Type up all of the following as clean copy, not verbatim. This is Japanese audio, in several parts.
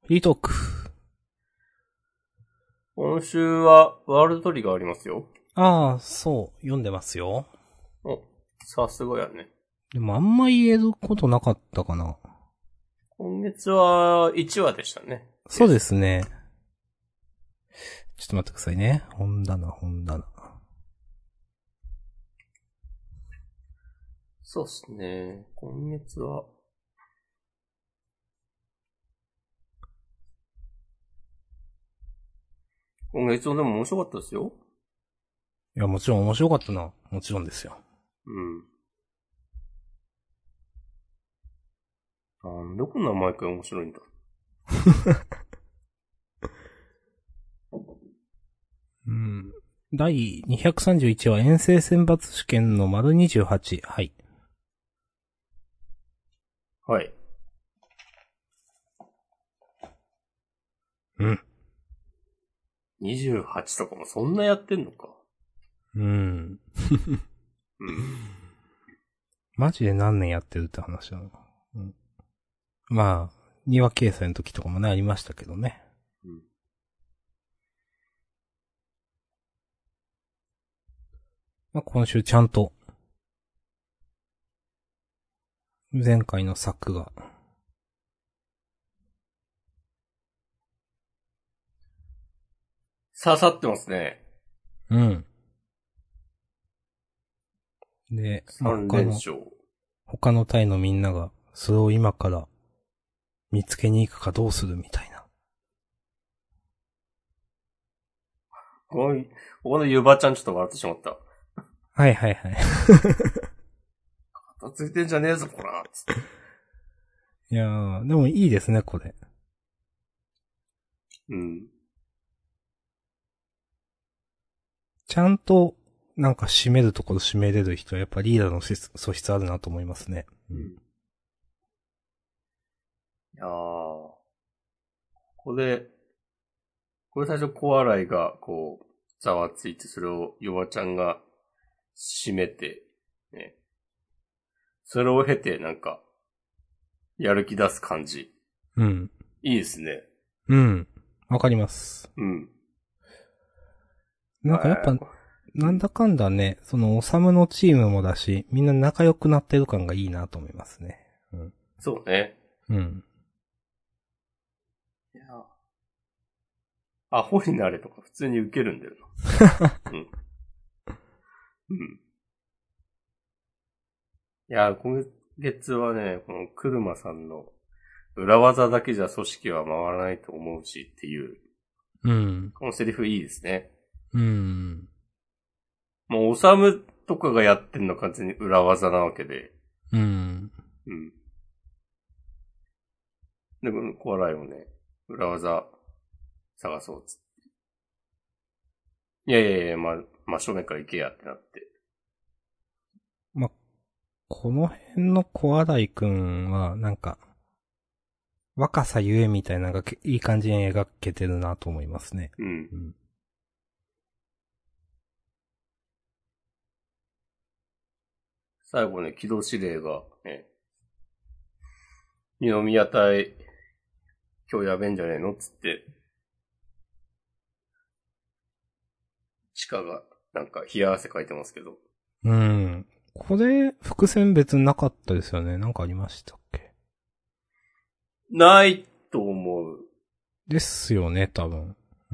フリートーク。 今週はワールドトリガーありますよ。 ああ、そう、読んでますよ。 お、さすがやね。 でもあんま言えることなかったかな。 今月は1話でしたね。 そうですね。ちょっと待ってくださいね。本棚。 そうっすね。今月は、今月もでも面白かったですよ。 いや、もちろん面白かったな。もちろんですよ。 うん。なんでこんな毎回面白いんだ。 うん。第231話遠征選抜試験の丸28。はい。 はい。 うん。 28とかもそんなやってんのか。 うん。 うん。 マジで何年やってるって話だな。うん。まあ、庭掲載の時とかもね、ありましたけどね。 うん、 まあ今週ちゃんと、前回の作が、 刺さってますね。 うん。で、まあ、 3連勝。 他の隊のみんなが、それを今から見つけに行くかどうするみたいな。 このゆばちゃんちょっと笑ってしまった。 はいはいはい。 片付いてんじゃねえぞ、こら。つって。 いやー、でもいいですね、これ。 うん。 ちゃんと、なんか締めるところ締めれる人はやっぱリーダーの素質あるなと思いますね。 うん。いやー。これ最初小洗いがこう、ざわついて、それをヨバちゃんが閉めて、ね。それを経てなんか、やる気出す感じ。 うん。 いいですね。 うん。わかります。 うん。 なんかやっぱ、 うん。 なんだかんだね、その、おさむのチームもだし、みんな仲良くなってる感がいいなと思いますね。うん。 そうね。 うん。 いや、アホになれとか普通に受けるんだよな。うん。うん。いや、今月はね、この車さんの裏技だけじゃ組織は回らないと思うしっていう、 うん。 このセリフいいですね。 うん。 もう、おさむとかがやってんの完全に裏技なわけで。 うん。 うん。で、このコアライをね、裏技探そうっつって。いやいやいや、真正面から行けやってなって。 ま、この辺の小洗くんは、なんか、若さゆえみたいなのがいい感じに描けてるなと思いますね。 うん。 うん。 最後ね、機動指令がね、二宮隊、今日やべえんじゃねえのっつって、地下が、なんか冷や汗かいてますけど。 うん。これ、伏線別になかったですよね。なんかありましたっけ？ ないと思う。 ですよね、多分。うん。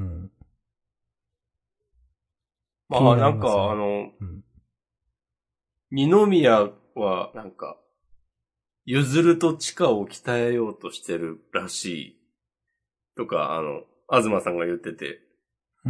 気にまあ、 なりますね。うん。 二宮は、なんか、ゆずると地下を鍛えようとしてるらしい。とか、東さんが言ってて。 うん。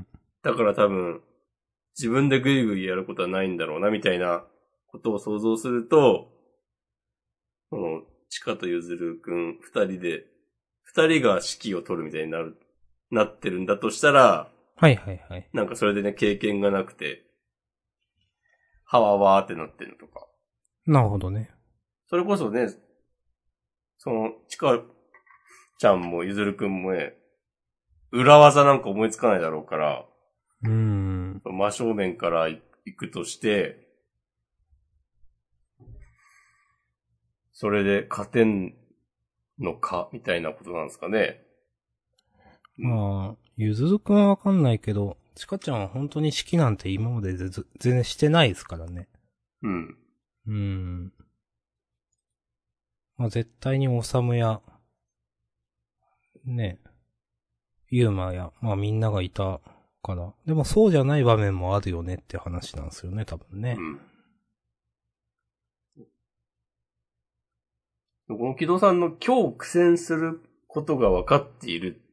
だから多分、自分でグイグイやることはないんだろうな、みたいなことを想像すると、この、チカとゆずるくん二人が指揮を取るみたいになってるんだとしたら、 はいはいはい。 なんかそれでね、経験がなくて、はわわーってなってるのとか。 なるほどね。 それこそね、チカちゃんもゆずるくんもね、裏技なんか思いつかないだろうから、 うーん。 真正面から行くとして、それで勝てんのか、みたいなことなんですかね。 まあ、ゆずるくんはわかんないけど、ちかちゃんは本当に式なんて今まで全然してないですからね。 うん。 まあ絶対におさむや、ね、ゆうまや、まあみんながいたから。でもそうじゃない場面もあるよねって話なんですよね、多分ね。 この木戸さんの今日苦戦することが分かっている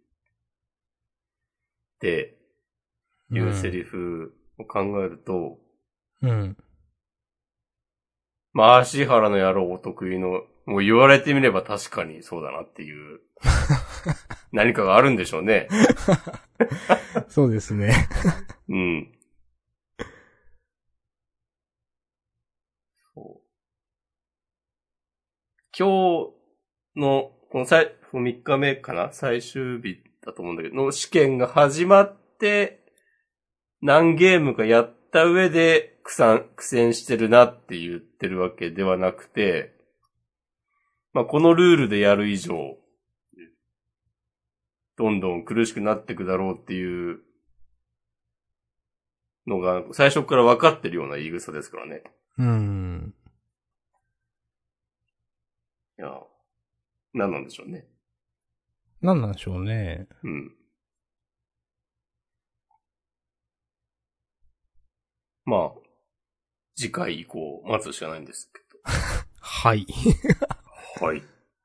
っていうセリフを考えると、 うん。 まあ、足原の野郎お得意の、もう言われてみれば確かにそうだなっていう、何かがあるんでしょうね。 そうですね。 うん。そう今日の、この3日目かな最終日だと思うんだけど、の試験が始まって、何ゲームかやった上で苦戦してるなって言ってるわけではなくて、まあ、このルールでやる以上、どんどん苦しくなっていくだろうっていうのが最初から分かってるような言い草ですからね。いや、何なんでしょうね。 何なんでしょうね。 うん。まあ、次回以降待つしかないんですけはい。 ど。はい。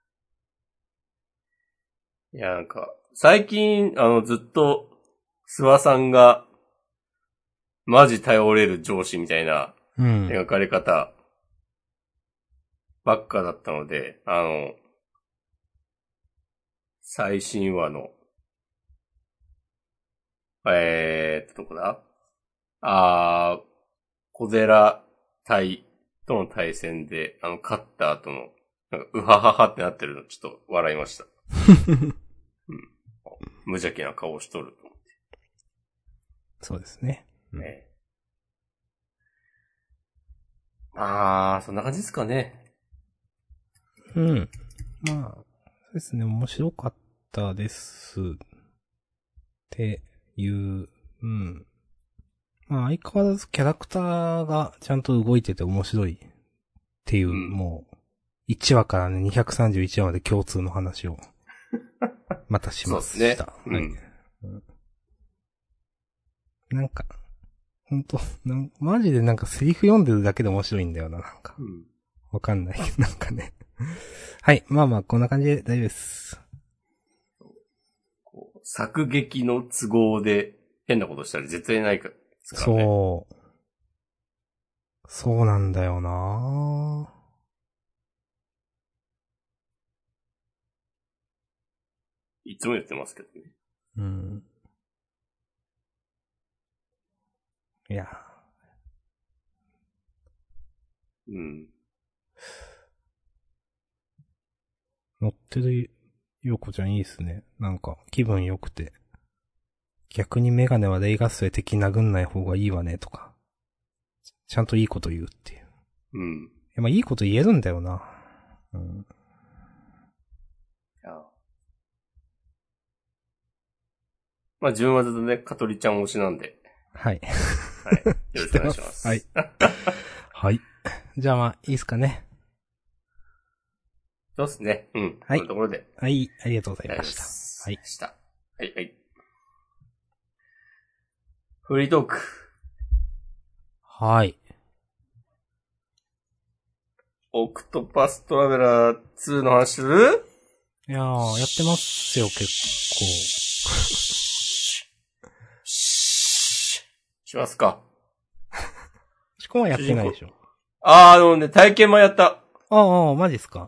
いや、なんか、最近、ずっと、諏訪さんが、マジ頼れる上司みたいな、描かれ方、ばっかだったので、最新話の、どこだ小寺隊との対戦で、勝った後の、なんか、うはははってなってるの、ちょっと笑いました。うん、無邪気な顔しとると思って。 そうですね。 ね。そんな感じですかね。 うん。まあ、そうですね、面白かったです。っていう、まあ相変わらずキャラクターがちゃんと動いてて面白いっていう、もう、1話からね、231話まで共通の話を、またしました。そうですね。はい。なんか、ほんと、マジでなんかセリフ読んでるだけで面白いんだよな、なんか。わかんないけど、なんかね。はい、まあまあ、こんな感じで大丈夫です。 作劇の都合で変なことしたら絶対ないからですからね。 そう。そうなんだよな。 いつも言ってますけどね。 いや。乗ってるヨコちゃんいいっすね。なんか、気分良くて。逆にメガネはレイガスで敵殴んない方がいいわね、とか。ちゃんといいこと言うっていう。まあいいこと言えるんだよな。 まあ自分はずっとね、カトリちゃん推しなんで。 はい。 はい。よろしくお願いします。 はい。はい。じゃあまあ、いいっすかね。 そうっすね。 はい。 このところで。 はい、ありがとうございました。 はい。はい。フリートーク。 はい。 オクトパストラベラー2の話する？ いやー、やってますよ、結構。 しますか。 しこはやってないでしょ。 体験版やった。 マジっすか。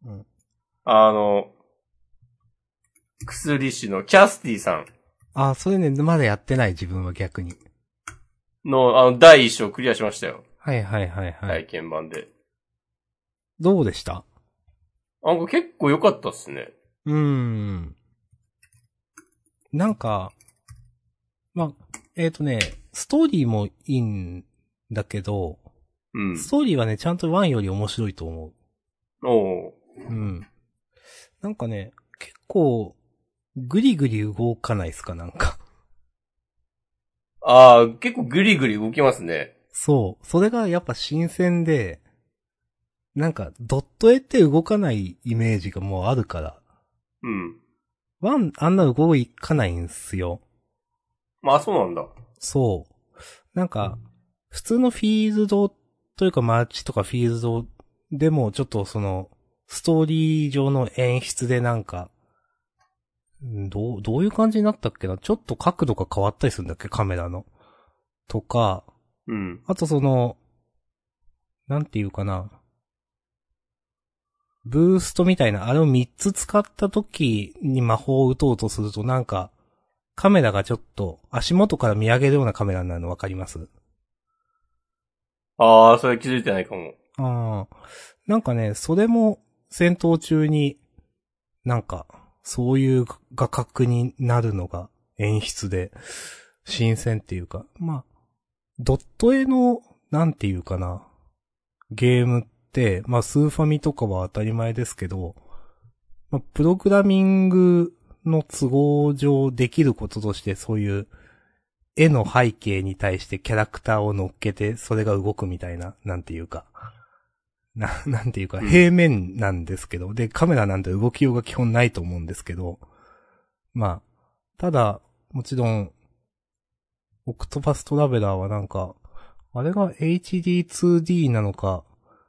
薬師のキャスティさん。 それね、まだやってない自分は逆に。 第一章クリアしましたよ。 はい。 体験版で。 どうでした？ 結構良かったっすね。 なんか、まあ、ストーリーもいいんだけど、ストーリーはね、ちゃんと1より面白いと思う。なんかね、結構、 ぐりぐり動かないっすかなんか。 ああ、結構グリグリ動きますね。 そう。それがやっぱ新鮮で、なんか、ドット絵って動かないイメージがもうあるから。 うん。 ワン、あんな動かないんすよ。 まあそうなんだ。 そう。なんか、普通のフィールドというかマーチとかフィールドでもちょっとその、ストーリー上の演出でなんか、どういう感じになったっけなちょっと角度が変わったりするんだっけカメラの。とか、 うん。 あとその、なんていうかな。ブーストみたいな、あれを3つ使った時に魔法を打とうとするとなんか、カメラがちょっと足元から見上げるようなカメラになるのわかります？ ああ、それ気づいてないかも。 ああ。なんかね、それも戦闘中になんか、そういう画角になるのが演出で新鮮っていうか、まあ、ドット絵の、なんていうかな、ゲームって、まあスーファミとかは当たり前ですけど、まあ、プログラミングの都合上できることとしてそういう絵の背景に対してキャラクターを乗っけてそれが動くみたいな、なんていうか、なんていうか、平面なんですけど、で、カメラなんて動きようが基本ないと思うんですけど、まあ、ただ、もちろん、オクトパストラベラーはなんか、あれが HD2D なのか、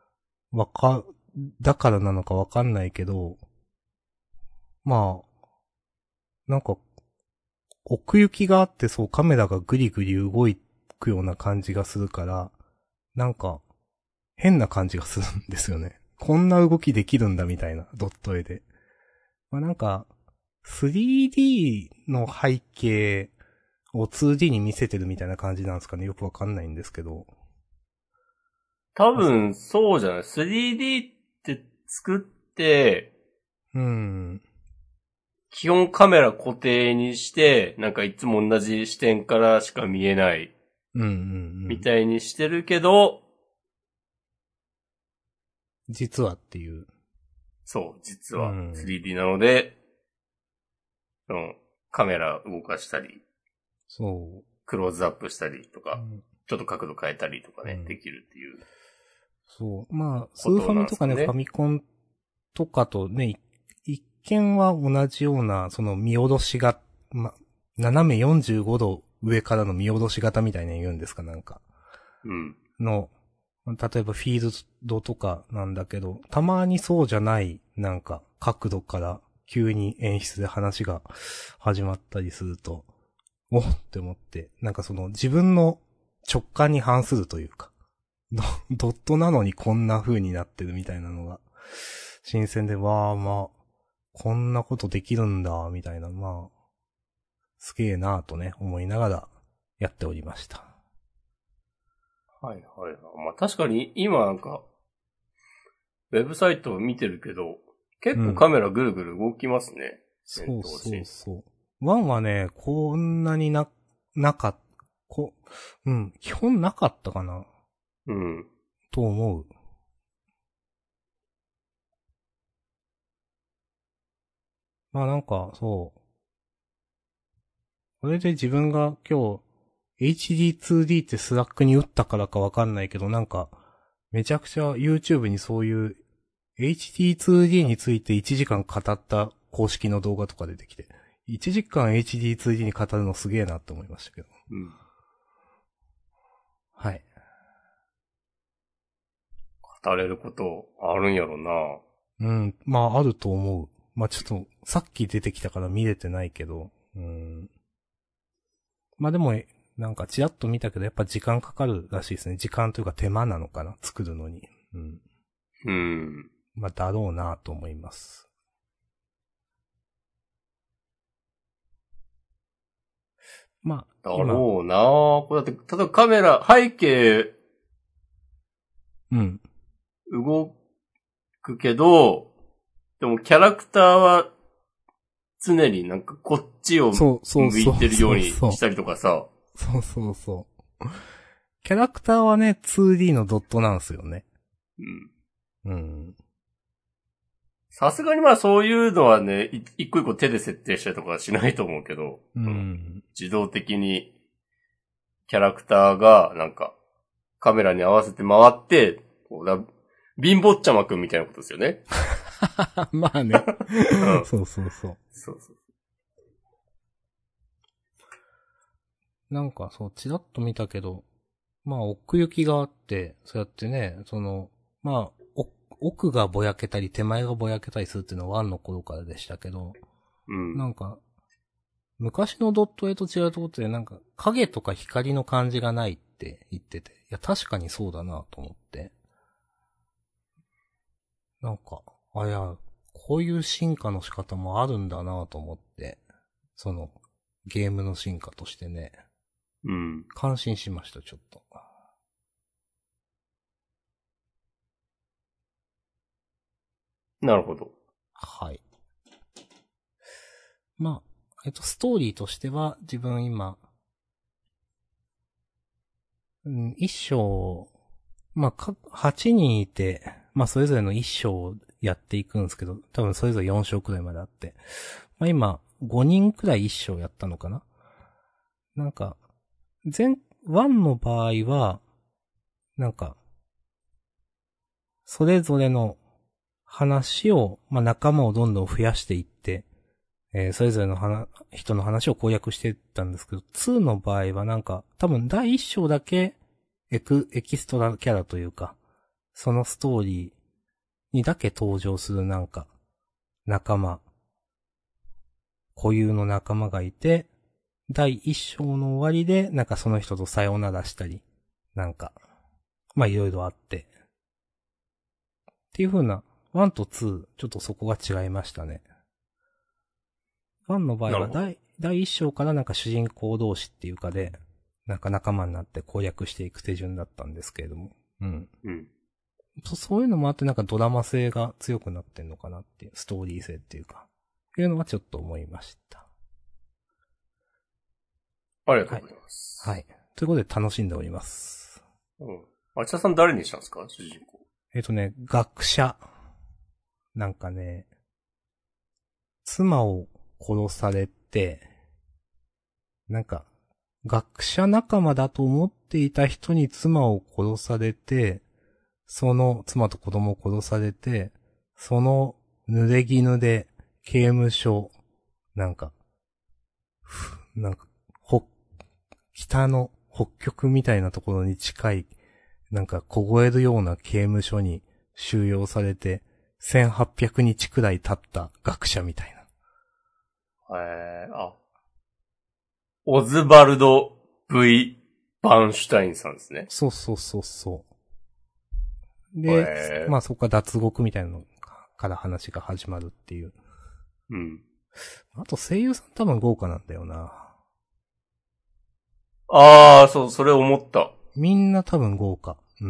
だからなのかわかんないけど、まあ、なんか、奥行きがあってそうカメラがグリグリ動くような感じがするから、なんか、変な感じがするんですよね。こんな動きできるんだみたいな、ドット絵で。まあなんか、3D の背景を 2D に見せてるみたいな感じなんですかね。よくわかんないんですけど。 多分、そうじゃない。3D って作って、 うん。 基本カメラ固定にして、なんかいつも同じ視点からしか見えない、 うんうんうん。 みたいにしてるけど、 実はっていう。 そう、実はうん。 3D なので、うん、カメラ動かしたり、 そクローズアップしたりとう。うか、 ん。 ちょっと角度変えたりとかね、 うんできるっていうそう。まあ、スことーファミとかね、フなんですかね。 ァミコンとかとね、一見は同じような、その見下ろしが、斜め45度上からの見下ろし型みたいな言うんですか、なんか。 うん。 の、例えばフィールドとかなんだけど、たまにそうじゃない、なんか、角度から急に演出で話が始まったりすると、おって思って、なんかその自分の直感に反するというか、ドットなのにこんな風になってるみたいなのが、新鮮で、わーまあ、こんなことできるんだ、みたいな、まあ、すげえなぁとね、思いながらやっておりました。 はいはいはい。まあ確かに今なんか、ウェブサイトを見てるけど、結構カメラぐるぐる動きますね。戦闘そうそうシそう。ワンはね、こんなになかっ、基本なかったかな、 ーン。うん。 と思う。まあなんか、そう。これで自分が今日、HD2D ってスラックに打ったからかわかんないけど、なんか、めちゃくちゃ YouTube にそういう HD2D について1時間語った公式の動画とか出てきて、1時間 HD2D に語るのすげえなって思いましたけど。 うん。 はい。 語れることあるんやろな。 うん、まああると思う。まあちょっと、さっき出てきたから見れてないけど、うん。まあでも、なんかちらっと見たけど、やっぱ時間かかるらしいですね。時間というか手間なのかな作るのに。うん。 うん。 まあだろうなと思います。まあ、 だ今、 ろうな。これだって、例えばカメラ、背景うん。 動くけど、でもキャラクターは常になんかこっちを向いてるようにしたりとかさ。 そうそうそう。キャラクターはね、2D のドットなんですよね。 うん。 うん。 さすがにまあそういうのはね、一個一個手で設定したりとかはしないと思うけど、自動的にキャラクターがなんかカメラに合わせて回って、貧乏ちゃまくんみたいなことですよね。 まあね。 うん、 そうそうそう。 そうそう。 なんかそう、ちらっと見たけど、まあ奥行きがあって、そうやってね、まあ、奥がぼやけたり手前がぼやけたりするっていうのは1の頃からでしたけど、 うん。 なんか、昔のドット絵と違うところでなんか影とか光の感じがないって言ってて、いや確かにそうだなと思って。なんか、いや、こういう進化の仕方もあるんだなと思って、ゲームの進化としてね、 うん。 感心しました、ちょっと。 なるほど。 はい。まあ、ストーリーとしては、自分今、一章、まあ、8人いて、まあ、それぞれの一章をやっていくんですけど、多分それぞれ4章くらいまであって、まあ今、5人くらい一章やったのかな。なんか、1の場合は、なんか、それぞれの話を、まあ、仲間をどんどん増やしていって、それぞれの人の話を攻略していったんですけど、2の場合はなんか、多分第1章だけエキストラキャラというか、そのストーリーにだけ登場するなんか、仲間、固有の仲間がいて、第1章の終わりで、なんかその人とさよならしたり、なんか、まあいろいろあって、っていう風な、1と2、ちょっとそこが違いましたね。1の場合はなるほど。 第1章からなんか主人公同士っていうかで、なんか仲間になって攻略していく手順だったんですけれども。うん。 うん。 そういうのもあってなんかドラマ性が強くなってんのかなっていう、ストーリー性っていうか、いうのはちょっと思いました。 ありがとはい。 うございます。 はい。ということで楽しんでおります。 うん。あちらさん誰にしたんですか主人公。 学者。なんかね、妻を殺されて、なんか、学者仲間だと思っていた人に妻を殺されて、その妻と子供を殺されて、その濡れ衣で刑務所、なんか、なんか、北の北極みたいなところに近い、なんか凍えるような刑務所に収容されて、1800日くらい経った学者みたいな。 あ、オズバルド・ V・ バンシュタインさんですね。 そうそうそうそう。で、まあそこから脱獄みたいなのから話が始まるっていう。 うん。 あと声優さん多分豪華なんだよな。 ああ、そう、それ思った。 みんな多分豪華。うん。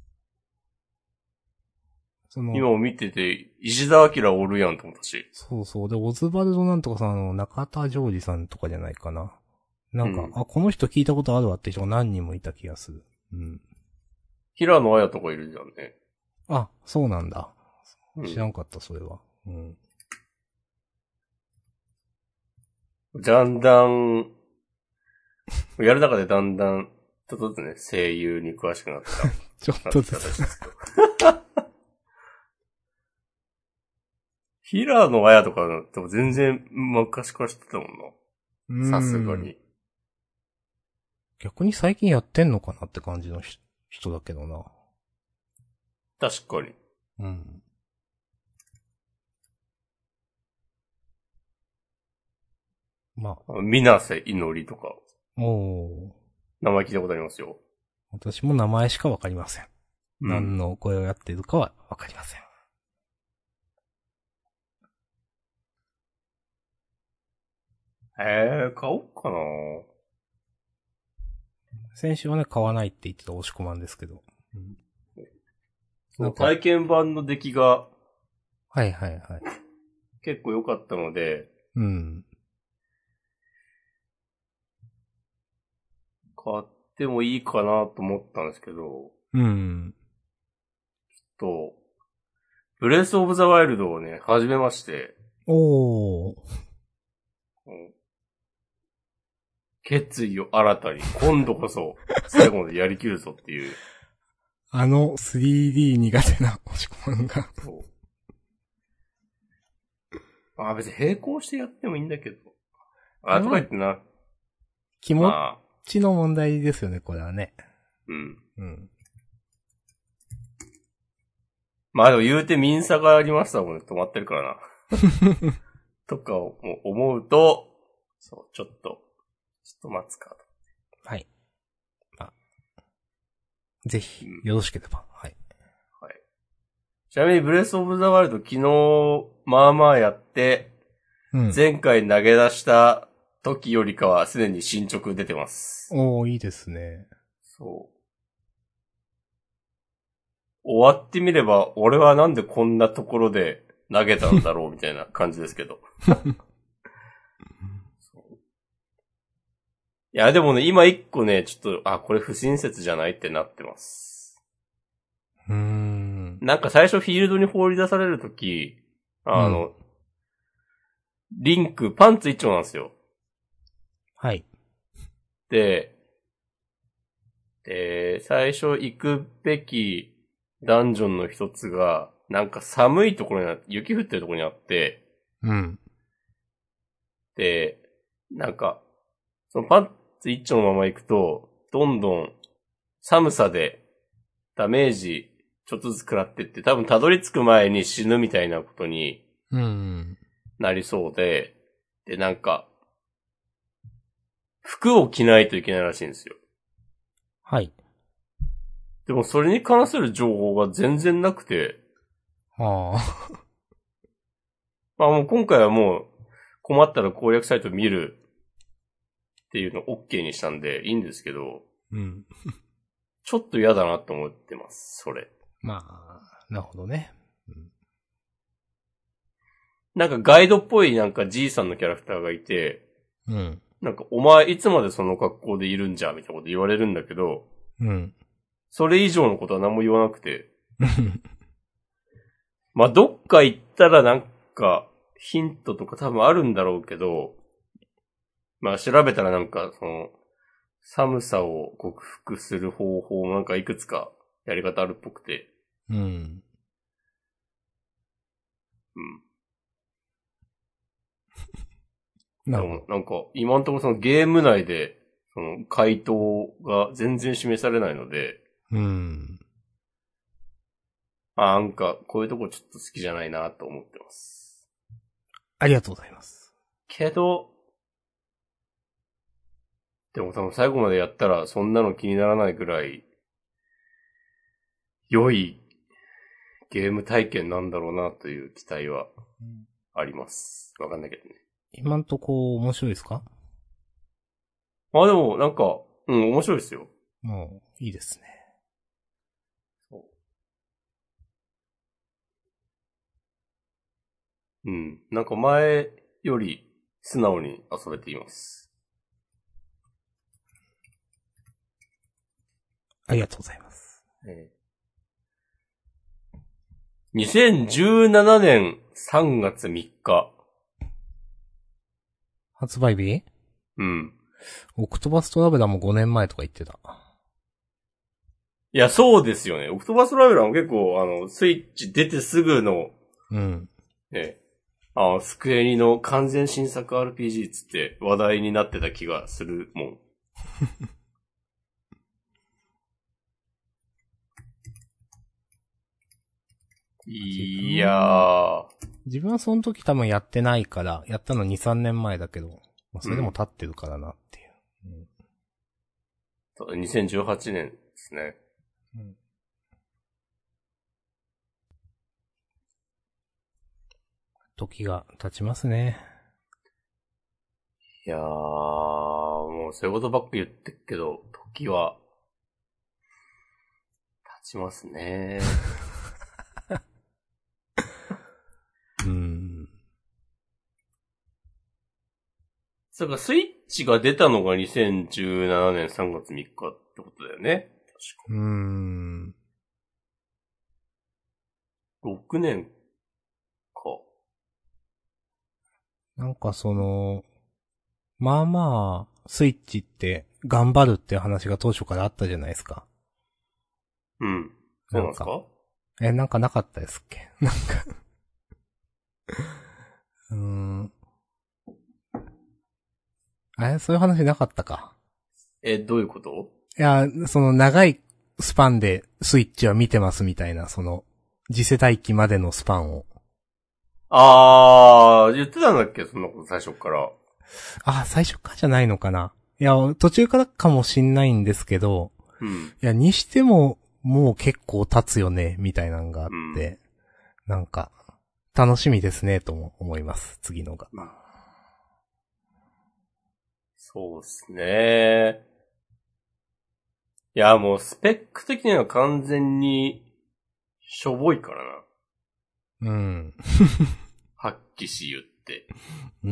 今も見てて、石田明おるやんと思ったし。 そうそう。で、オズバルドなんとかさん、中田ジョージさんとかじゃないかな。なんか、 うん、 この人聞いたことあるわって人が何人もいた気がする。うん。 平野綾とかいるじゃんね。 あ、そうなんだ。 うん。 知らんかった、それは。うん。 だんだん、やる中でだんだん、ちょっとずつね、声優に詳しくなった。 ちょっとずつ。 平野綾とかだっても全然昔から知ってたもんな。さすがに。 逆に最近やってんのかなって感じの人だけどな。 確かに。 うん。まあ。 みなせいのりとか、 おー。 名前聞いたことありますよ。 私も名前しかわかりません。 うん。 何の声をやっているかはわかりません。 買おうかな。 先週はね、買わないって言ってた押し込まんですけど。うん、 そう、体験版の出来が、 はいはいはい。 結構良かったので、 うん。 買ってもいいかなと思ったんですけど、 うん。 と、 ブレスオブザワイルドをね、始めまして。 おー。 決意を新たに、今度こそ、最後までやりきるぞっていう。 3D 苦手な押し込まんが。 そう。別に並行してやってもいいんだけど。とか言ってな。 気持ちの問題ですよね、これはね。 うん。 うん。 でも言うて民差がありましたもんね、止まってるからな。とかを思うと、そう、ちょっと待つかと。 はい。ぜひ、よろしければ。はい。 はい。ちなみに、ブレスオブザワールド昨日、やって、うん、前回投げ出した時よりかはすでに進捗出てます。 おー、いいですね。 そう。終わってみれば、俺はなんでこんなところで投げたんだろうみたいな感じですけど。いや、でもね、今一個ね、ちょっと、これ不親切じゃないってなってます。なんか最初フィールドに放り出されるとき、リンク、パンツ一丁なんですよ。 はい。 で、最初行くべきダンジョンの一つが、なんか寒いところにあって、雪降ってるところにあって、 うん。 で、なんか、そのパンツ一丁のまま行くと、どんどん寒さでダメージちょっとずつ食らってって、多分たどり着く前に死ぬみたいなことになりそうで、で、なんか、服を着ないといけないらしいんですよ。 はい。 でもそれに関する情報が全然なくて。 もう今回はもう困ったら攻略サイト見るっていうのを OK にしたんでいいんですけど。 うん。 ちょっと嫌だなと思ってます、それ。 なるほどね。 うん、なんかガイドっぽいなんかじいさんのキャラクターがいて、 うん。 なんかお前いつまでその格好でいるんじゃみたいなこと言われるんだけど、 うん。 それ以上のことは何も言わなくて。どっか行ったらなんかヒントとか多分あるんだろうけど、調べたらなんかその寒さを克服する方法もなんかいくつかやり方あるっぽくて。 うん。 うん。でもなんか今んところそのゲーム内でその回答が全然示されないので、なんかこういうとこちょっと好きじゃないなと思ってます。 ありがとうございます。 けど、でも多分最後までやったらそんなの気にならないぐらい良いゲーム体験なんだろうなという期待はあります。わかんないけどね。 今んとこ面白いですか？ でもなんか、面白いですよ。 もういいですね。 なんか前より素直に遊べています。 ありがとうございます。 2017年3月3日。 発売日？オクトバストラベラーも5年前とか言ってた。 いや、そうですよね。オクトバストラベラーも結構、スイッチ出てすぐの、スクエニの完全新作 RPG つって話題になってた気がするもん。いやー。 自分はその時多分やってないから、やったの2、3年前だけど、それでも経ってるからなっていう。 2018年ですね。 時が経ちますね。 いやー、もうそういうことばっか言ってっけど、時は、経ちますね。そうか、スイッチが出たのが2017年3月3日ってことだよね。確か。 6年か。 なんかまあまあ、スイッチって頑張るっていう話が当初からあったじゃないですか。 うん。そうなんですか？ なんかなかったですっけ？なんかうーん。そういう話なかったか。 どういうこと？ いや、長いスパンでスイッチは見てますみたいな、次世代機までのスパンを。 あー、言ってたんだっけそんなこと最初から。 最初からじゃないのかな。いや、途中からかもしんないんですけど、 うん。 いや、にしても、もう結構経つよね、みたいなのがあって、なんか、楽しみですね、とも思います、次のが。 そうですね。いや、もうスペック的には完全に、しょぼいからな。 うん。 発揮し言って。 うん。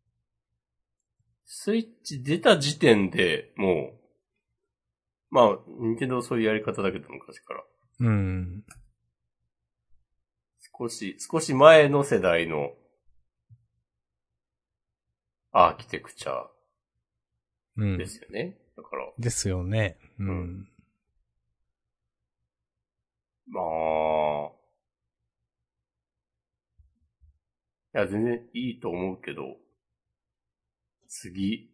スイッチ出た時点でもう、まあ、任天堂そういうやり方だけど昔から。 うん。 少し前の世代のアーキテクチャうん。 ですよね。だから、 ですよね。ううんん。 まあ、いや、全然いいと思うけど、次。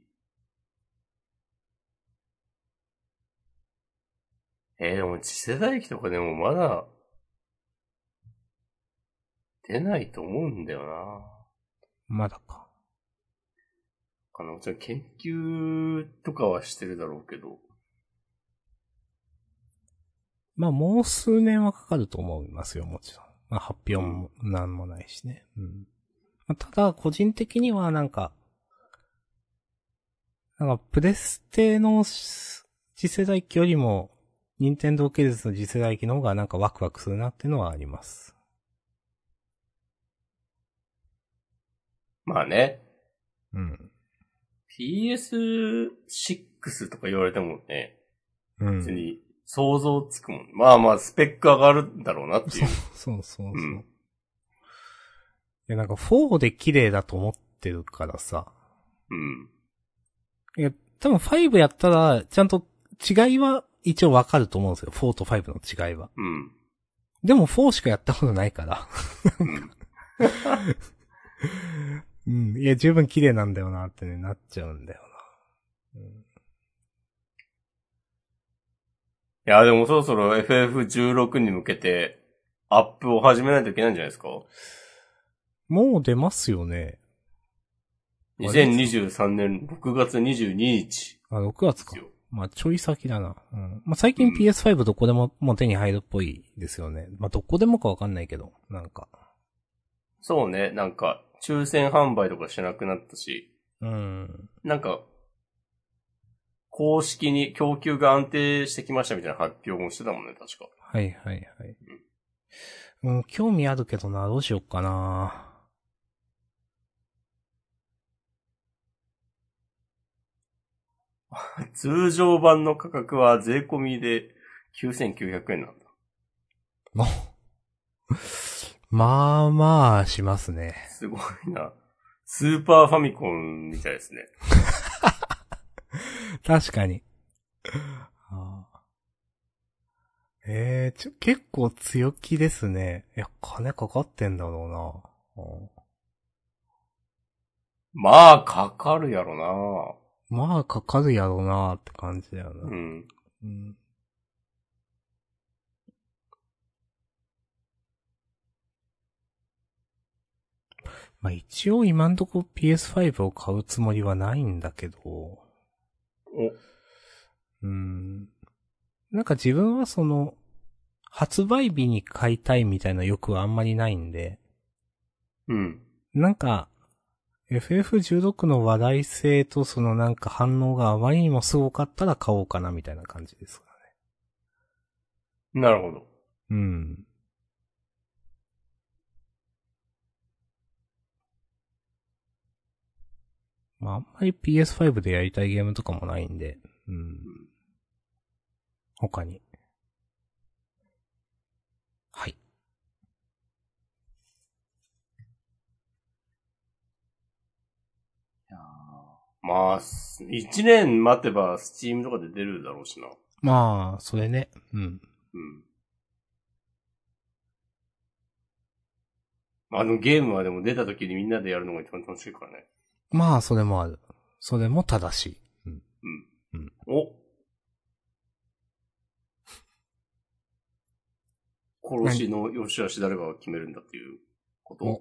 でも次世代機とかでもまだ、出ないと思うんだよまだか。 もちろん研究とかはしてるだろうけど。 まあ、もう数年はかかると思いますよ、もちろん。まあ、発表うん。 もなんもないしね。うん。まあただ、個人的にはプレステの次世代機よりも、任天堂系列の次世代機の方がワクワクするなっていうのはあります。 まあね。 うん。 PS6 とか言われてもね、 うん。 別に想像つくもん。まあまあ、スペック上がるんだろうなっていう。 そうそうそう。 うん。 いや4で綺麗だと思ってるからさ。 うん。 いや、多分5やったら、ちゃんと違いは一応わかると思うんですよ。4と5の違いは。 うん。 でも4しかやったことないから。 うん。 うん。いや、十分綺麗なんだよなってね、なっちゃうんだよな。うん、 いや、でもそろそろ FF16 に向けて、アップを始めないといけないんじゃないですか？ もう出ますよね。 2023年6月22日。 6月か。まあ、ちょい先だな。うん。まあ、最近 PS5 どこでももう手に入るっぽいですよね。まあ、どこでもかわかんないけど、 そうね、抽選販売とかしなくなったし、 うん。 公式に供給が安定してきましたみたいな発表もしてたもんね、確か。 はいはいはい。うん、興味あるけどな、どうしよっかな。 通常版の価格は税込みで9900円なんだ。 まあまあ、しますね。 すごいな。スーパーファミコンみたいですね。 確かに。結構強気ですね。いや、金かかってんだろうな。 まあ、かかるやろまあ、かかるやろうなって感じだよな。 な。うん。 うん。まあ一応今んとこ PS5 を買うつもりはないんだけど、 お、 自分は発売日に買いたいみたいな欲はあんまりないんで、 うん。 FF16 の話題性と反応があまりにもすごかったら買おうかなみたいな感じですかなるほど。 ね。うん。まああんまり PS5 でやりたいゲームとかもないんで、うん。他に。はい。 まあ、1年待てばスチームとかで出るだろうしな。 まあ、それね。うん。 うん。ゲームはでも出た時にみんなでやるのが一番楽しいからね。 まあ、それもある。それも正しい。うん。 うん。 うん。 お殺しの良し悪し誰が決めるんだっていうことお。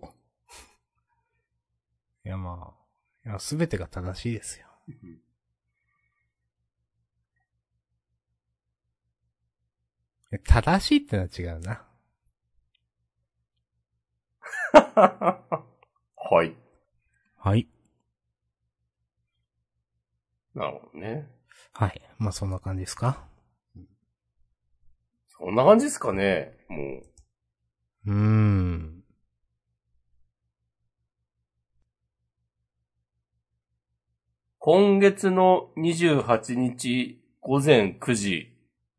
いや、まあ、いや、すべてが正しいですよ。正しいってのは違うな。 はい。 はい。 なるほどね。 はい。まあ、そんな感じですか？ そんな感じですかね、もう。今月の28日午前9時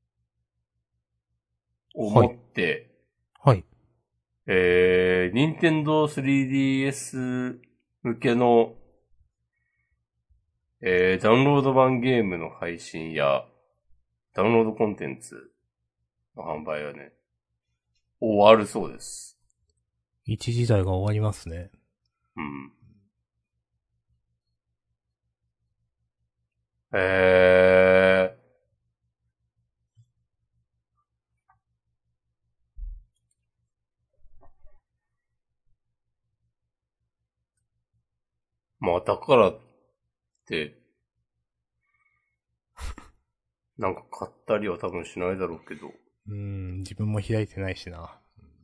をもって、 はい。 任天堂 3DS 向けの、ダウンロード版ゲームの配信や、ダウンロードコンテンツの販売はね、終わるそうです。 一時代が終わりますね。 うん。えまあだからって、なんか買ったりは多分しないだろうけど。 自分も開いてないしな。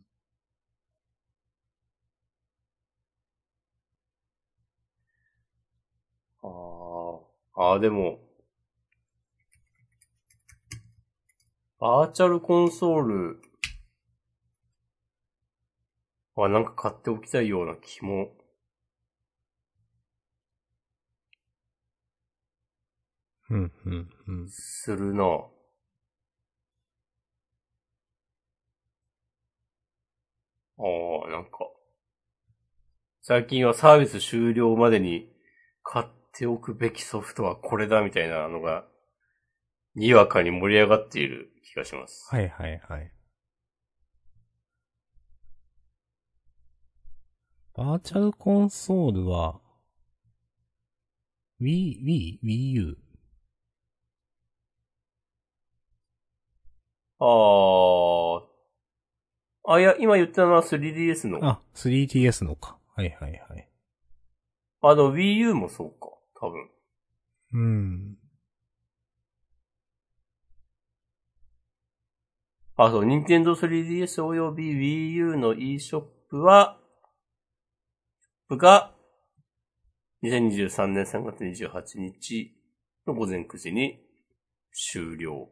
でも、バーチャルコンソールはなんか買っておきたいような気もうん、うん、うん。 するな。なんか、最近はサービス終了までに買っておくべきソフトはこれだみたいなのが、にわかに盛り上がっている気がします。 はいはいはい。バーチャルコンソールは、Wii U。 あー。いや、今言ったのは 3DS の。 あ、3DS のか。はいはいはい。 Wii U もそうか。多分。 うん。 そう、Nintendo 3DS および Wii U の eShop は、が、2023年3月28日の午前9時に終了。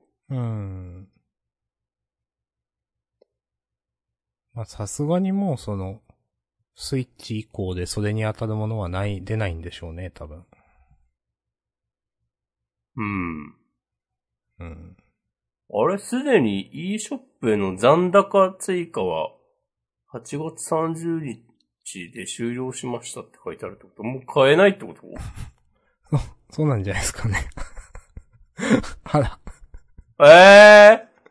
まあ、さすがにもうスイッチ以降でそれに当たるものは出ないんでしょうね、多分。 うん。 うん。 あれ、すでに eShop への残高追加は8月30日で終了しましたって書いてあるってこと？もう買えないってこと？ そうなんじゃないですかね。あら。 ええ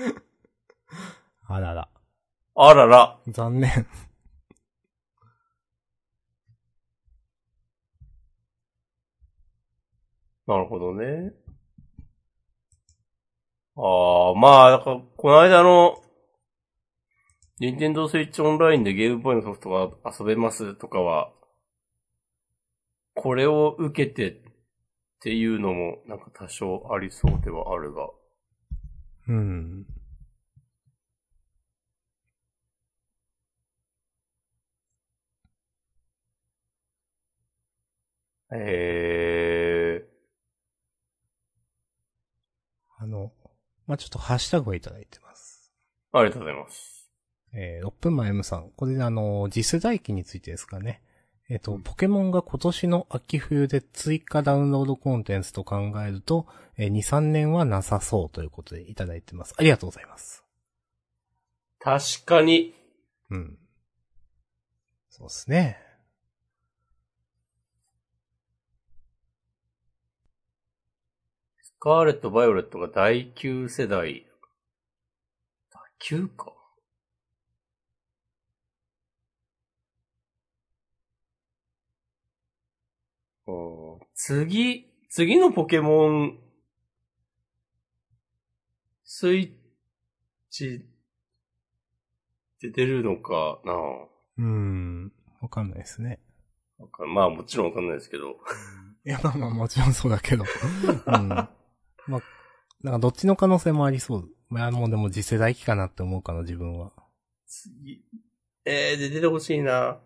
あらら。 あらら。 残念。 なるほどね。まあ、だから、この間の、任天堂スイッチオンラインでゲームボーイのソフトが遊べますとかは、これを受けてっていうのも、なんか多少ありそうではあるが。 うん。 えまあ、ちょっとハッシュタグをいただいてます。 ありがとうございます。 6分前 M さん。これで次世代機についてですかね。 うん、 ポケモンが今年の秋冬で追加ダウンロードコンテンツと考えると、2、3年はなさそうということでいただいてます。ありがとうございます。 確かに。 うん。そうですね。 カーレット・バイオレットが第9世代。第9か。次のポケモン、スイッチで出るのかな。 わかんないですね。 まあもちろんわかんないですけど。 いや、まあもちろんそうだけど。まあ、なんかどっちの可能性もありそう。まあもうでも次世代機かなって思うかな、自分は。 次。で出てほしいな。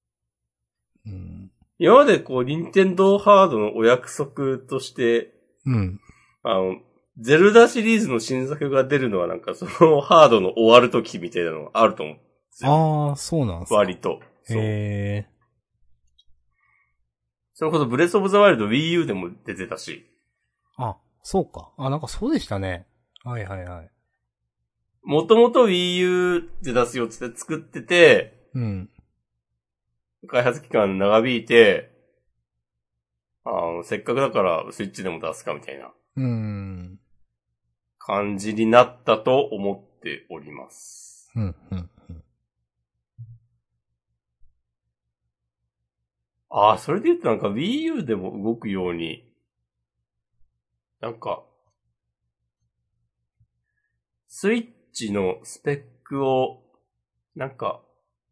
うん今まで任天堂ハードのお約束として、ゼルダシリーズの新作が出るのはなんかそのハードの終わる時みたいなのがあると思うんですよ。 ああ、そうなんすか。 割と。そう。 へえ。 それこそブレスオブザワイルド Wii U でも出てたし。 あ、そうか。あ、なんかそうでしたね。はいはいはい。 もともと Wii U で出すよって作ってて、開発期間長引いて、せっかくだからスイッチでも出すかみたいな。感じになったと思っております。それで言うとなんか Wii U でも動くように、なんか、スイッチのスペックを、なんか、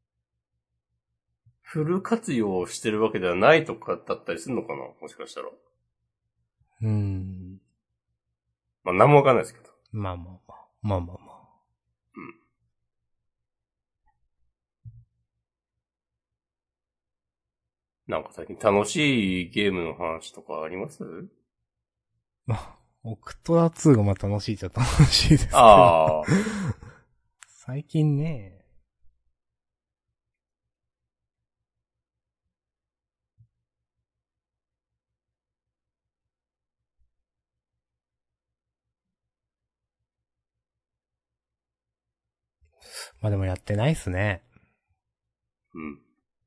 フル活用してるわけではないとかだったりするのかなもしかしたら。まあ、なんもわかんないですけど。 まあ。うん。 なんか最近楽しいゲームの話とかあります？ まあ、オクトラ2がまあ楽しいっちゃ楽しいですけど。最近ね。まあでもやってないっすね。 うん。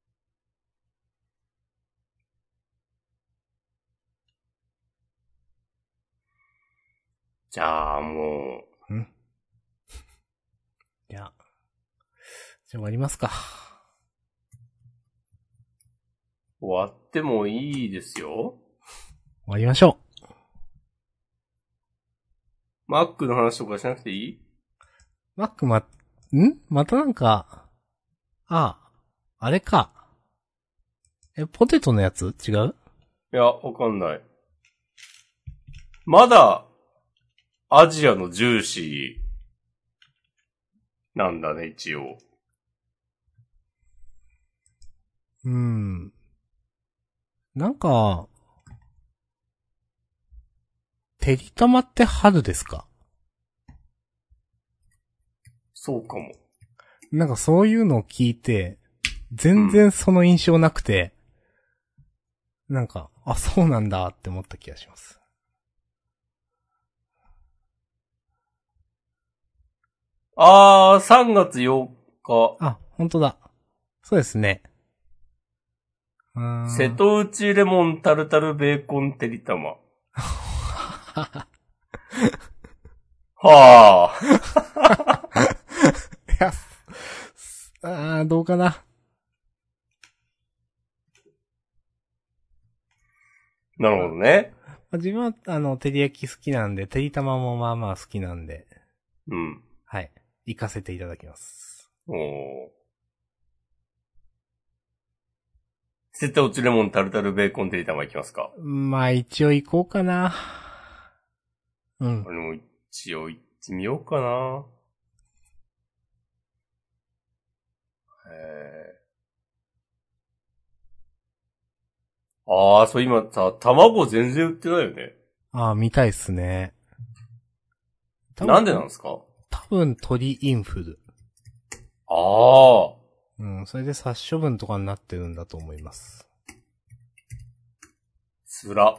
じゃあもう。いや。じゃあ終わりますか。 終わってもいいですよ。 終わりましょう。Mac の話とかしなくていい？ Mac またなんか、あれか。ポテトのやつ違う？ いや、わかんない。まだ、アジアのジューシーなんだね、一応。 なんか、てりたまって春ですか？ そうかも。 なんかそういうのを聞いて、全然その印象なくて、なんか、そうなんだって思った気がします。 3月8日。 本当だ。そうですね。 瀬戸内レモンタルタルベーコンてりたま。はあ。いや、どうかな。 なるほどね。 自分は、照り焼き好きなんで、てりたまもまあまあ好きなんで。はい。行かせていただきます。 瀬戸内レモンタルタルベーコンてりたま行きますか？ まあ一応行こうかな。 俺も一応行ってみようかな。そう今さ、卵全然売ってないよね。 見たいっすね。 なんでなんですか？ 多分鳥インフル。それで殺処分とかになってるんだと思います。 つら。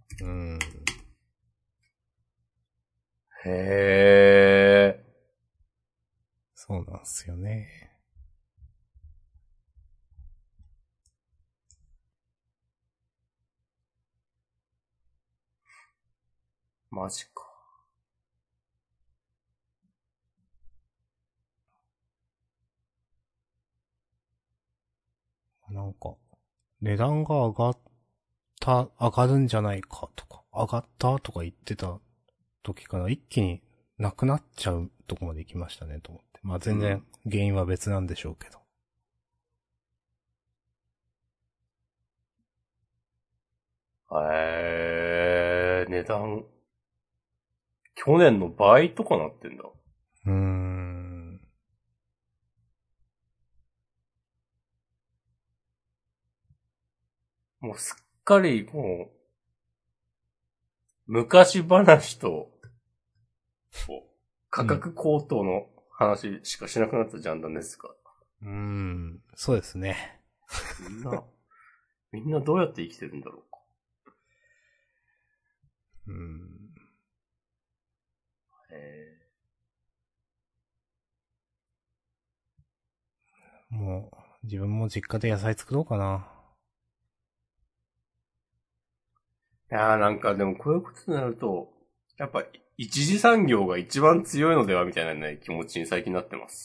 へー。 そうなんすよね。 マジか。 なんか、値段が上がるんじゃないかとか、上がったとか言ってた時から一気になくなっちゃうとこまで行きましたねと思って。まあ全然原因は別なんでしょうけど。 値段、去年の倍とかなってんだ。もうすっかりもう、昔話と、価格高騰の話しかしなくなったジャンルですか。 そうですね。 みんなどうやって生きてるんだろうか。 もう、自分も実家で野菜作ろうかな。 いやーなんかでもこういうことになると、やっぱ一次産業が一番強いのではみたいなね、気持ちに最近なってます。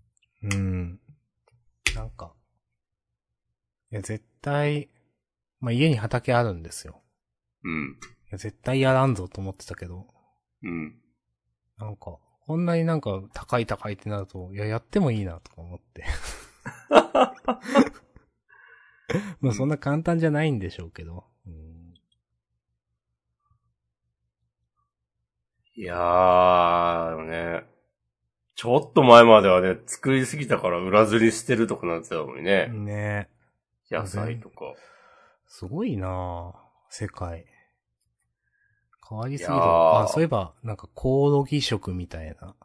なんか、いや絶対、まあ、家に畑あるんですよ。いや絶対やらんぞと思ってたけど。なんか、こんなになんか高いってなると、いや、やってもいいなとか思って。まあそんな簡単じゃないんでしょうけど。 いやー、ね。ちょっと前まではね、作りすぎたから裏釣りしてるとかなってたのにね。 ね野菜とか。 すごいなぁ、世界。変わりすぎる。そういえば、なんかコオロギ食みたいな。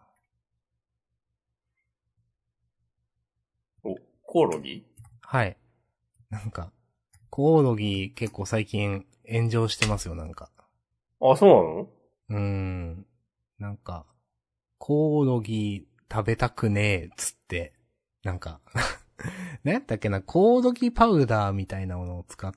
コオロギ？ はい。なんか、コオロギ結構最近炎上してますよ、なんか。 あ、そうなの？なんか、コオロギ食べたくねえ、つって、なんか、何やったっけな、コオロギパウダーみたいなものを使った、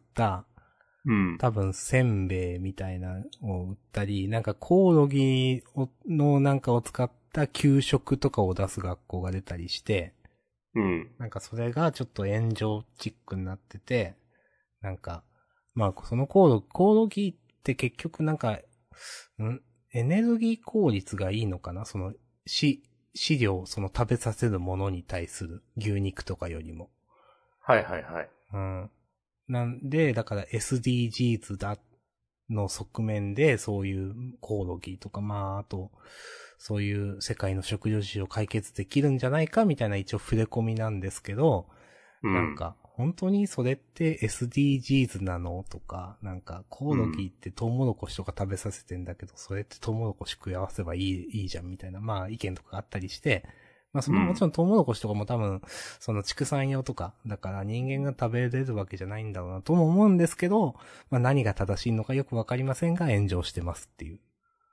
多分せんべいみたいなのを売ったり、なんかコオロギのなんかを使った給食とかを出す学校が出たりして、なんかそれがちょっと炎上チックになってて、なんか、まあそのコオロギって結局なんか、エネルギー効率がいいのかな、その、飼料、その食べさせるものに対する牛肉とかよりも。 はいはいはい。 なんで、だから SDGs だの側面でそういうコオロギとか、まああと、そういう世界の食料事情を解決できるんじゃないかみたいな一応触れ込みなんですけど、なんか、本当にそれって SDGs なのとか、なんか、コオロギってトウモロコシとか食べさせてんだけど、それってトウモロコシ食い合わせばいいじゃんみたいな、まあ意見とかあったりして、まあそのもちろんトウモロコシとかも多分、その畜産用とか、だから人間が食べれるわけじゃないんだろうなとも思うんですけど、まあ何が正しいのかよくわかりませんが炎上してますっていう。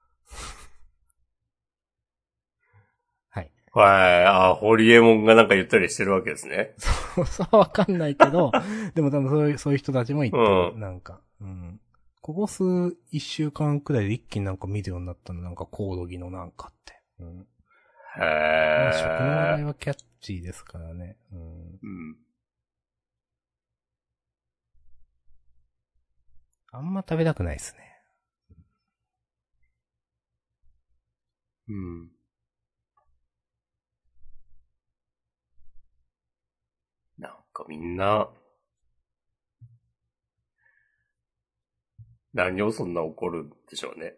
ホリエモンがなんか言ったりしてるわけですね。 そうわかんないけど、でも多分そういう人たちも言ってる。なんか、ここ一週間くらいで一気になんか見るようになったの、なんかコオロギのなんかって。まあ食の話題はキャッチーですからね。あんま食べたくないですね。 なんかみんな、何をそんな怒るんでしょうね。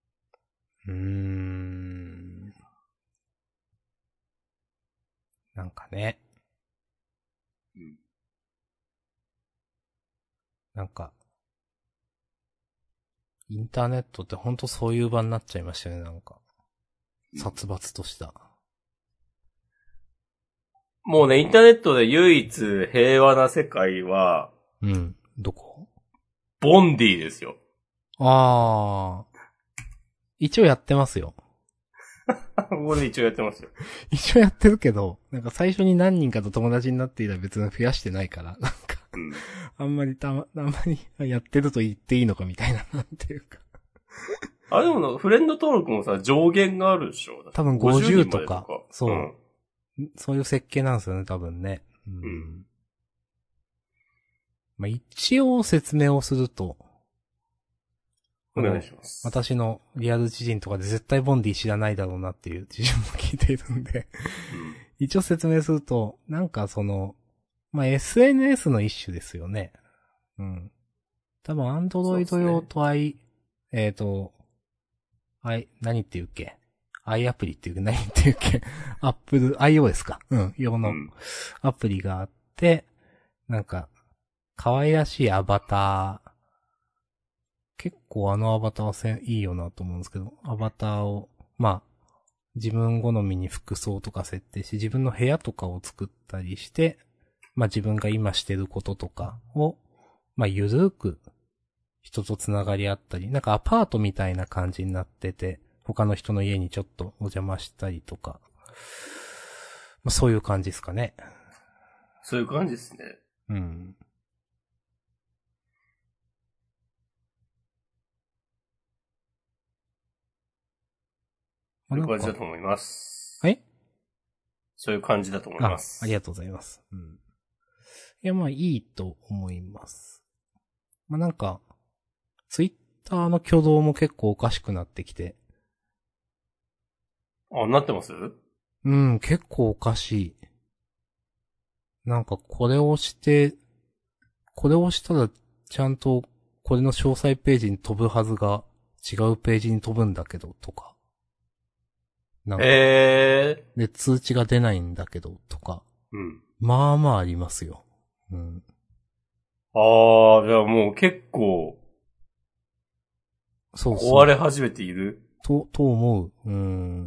なんかね。なんか、インターネットってほんとそういう場になっちゃいましたね、なんか。殺伐とした。 もうね、インターネットで唯一平和な世界は、 どこ？ ボンディですよ。 一応やってますよ。 僕で一応やってますよ。 一応やってるけど、なんか最初に何人かと友達になっていたら別に増やしてないから、なんか、あんまりやってると言っていいのかみたいな、なんていうかあ、でもフレンド登録もさ、上限があるでしょ？ 多分50と人かまで、 そう、 うん。 そういう設計なんですよね、多分ね。 うん。 まあ、一応説明をすると、 お願いします。 私のリアル知人とかで絶対ボンディ知らないだろうなっていう知人も聞いているんでうん。 一応説明すると、なんかまあ、SNS の一種ですよね。うん。多分、アンドロイドそうですね。 用とえっ、と、何って言うっけ アプリって何って言うっけiOS か。うん。用のうん。 アプリがあって、なんか、可愛らしいアバター。結構あのアバターはいいよなと思うんですけど、アバターを、まあ、自分好みに服装とか設定して、自分の部屋とかを作ったりして、まあ自分が今してることとかを、まあゆるーく人とつながりあったり、なんかアパートみたいな感じになってて、他の人の家にちょっとお邪魔したりとか、まあそういう感じですかね。 そういう感じですね。 うん。まそういうあなんか、 感じだと思います。 えそういう感じだと思いまありがす。 とうございます。うん。いやまあいいと思います。まあなんか、ツイッターの挙動も結構おかしくなってきて、 あ、なってます？ うん、結構おかしい。なんかこれを押したらちゃんとこれの詳細ページに飛ぶはずが違うページに飛ぶんだけどとか。なんか、 えで、通知が出ないんだけどとか。 うん。 まあまあありますよ。うん。 ああ、じゃあもう結構そうそう。 壊れ始めている？ と思う。うん。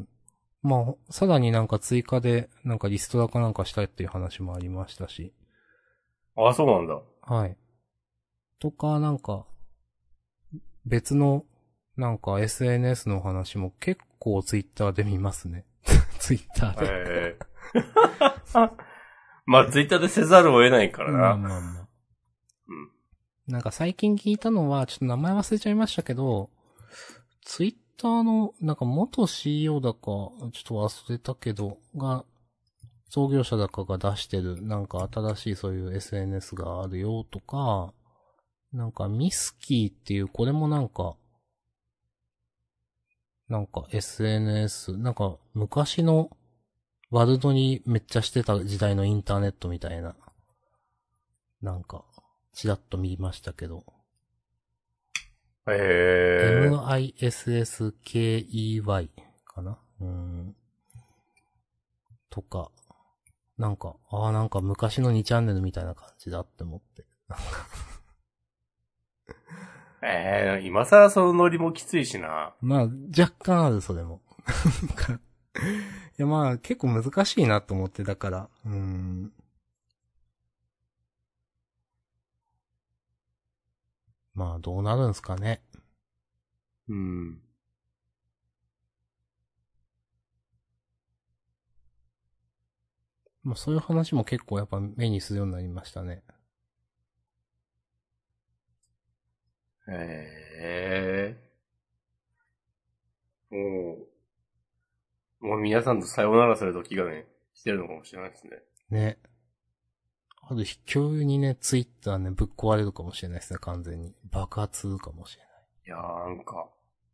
まあ、さらになんか追加で、なんかリストラかなんかしたいっていう話もありましたし。 あ、そうなんだ。 はい。とか、なんか、別の、なんか SNS の話も結構ツイッターで見ますね。ツイッターで。 ええまあ、ツイッターでせざるを得ないからまあな。 まあまあ。 うん。 なんか最近聞いたのは、ちょっと名前忘れちゃいましたけど、ツイッターの、なんか元 CEO だか、ちょっと忘れたけど、創業者だかが出してる、なんか新しいそういう SNS があるよとか、なんかミスキーっていう、これもなんか SNS、なんか昔のワルドにめっちゃしてた時代のインターネットみたいな、なんか、ちらっと見ましたけど、 ええ MISSKEY かなとか、なんか昔の2チャンネルみたいな感じだって思って。 ええ今更そのノリもきついしな。 まあ、若干ある、それも。いや、まあ、結構難しいなと思って、だから、まあ、どうなるんすかね。 うん。 まあ、そういう話も結構やっぱ目にするようになりましたね。 ええももう皆さんとさよならする時がね、来てるのかもしれないですね。 ね。ある日、急にね、ツイッターね、ぶっ壊れるかもしれないですね、完全に。爆発するかもしれない。 いやーなんか、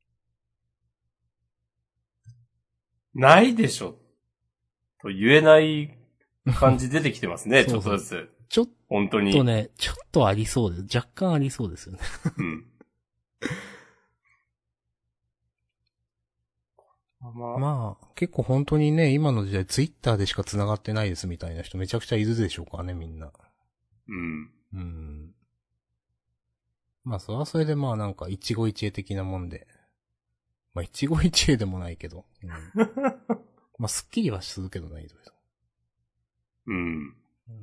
ないでしょ、と言えない感じ出てきてますね、ちょっそうそう。 とずつ。 ちょっ本当に。 とね、ちょっとありそうです。若干ありそうですよね。 うん。ままあ、結構本当にね、今の時代ツイッターでしか繋がってないですみたいな人めちゃくちゃいるでしょうからね、みんな。 うん。 うん。まあ、それはそれでまあなんか一期一会的なもんで。まあ一期一会でもないけど。うん。まあ、スッキリはするけどないろいろ。 うん。 うん。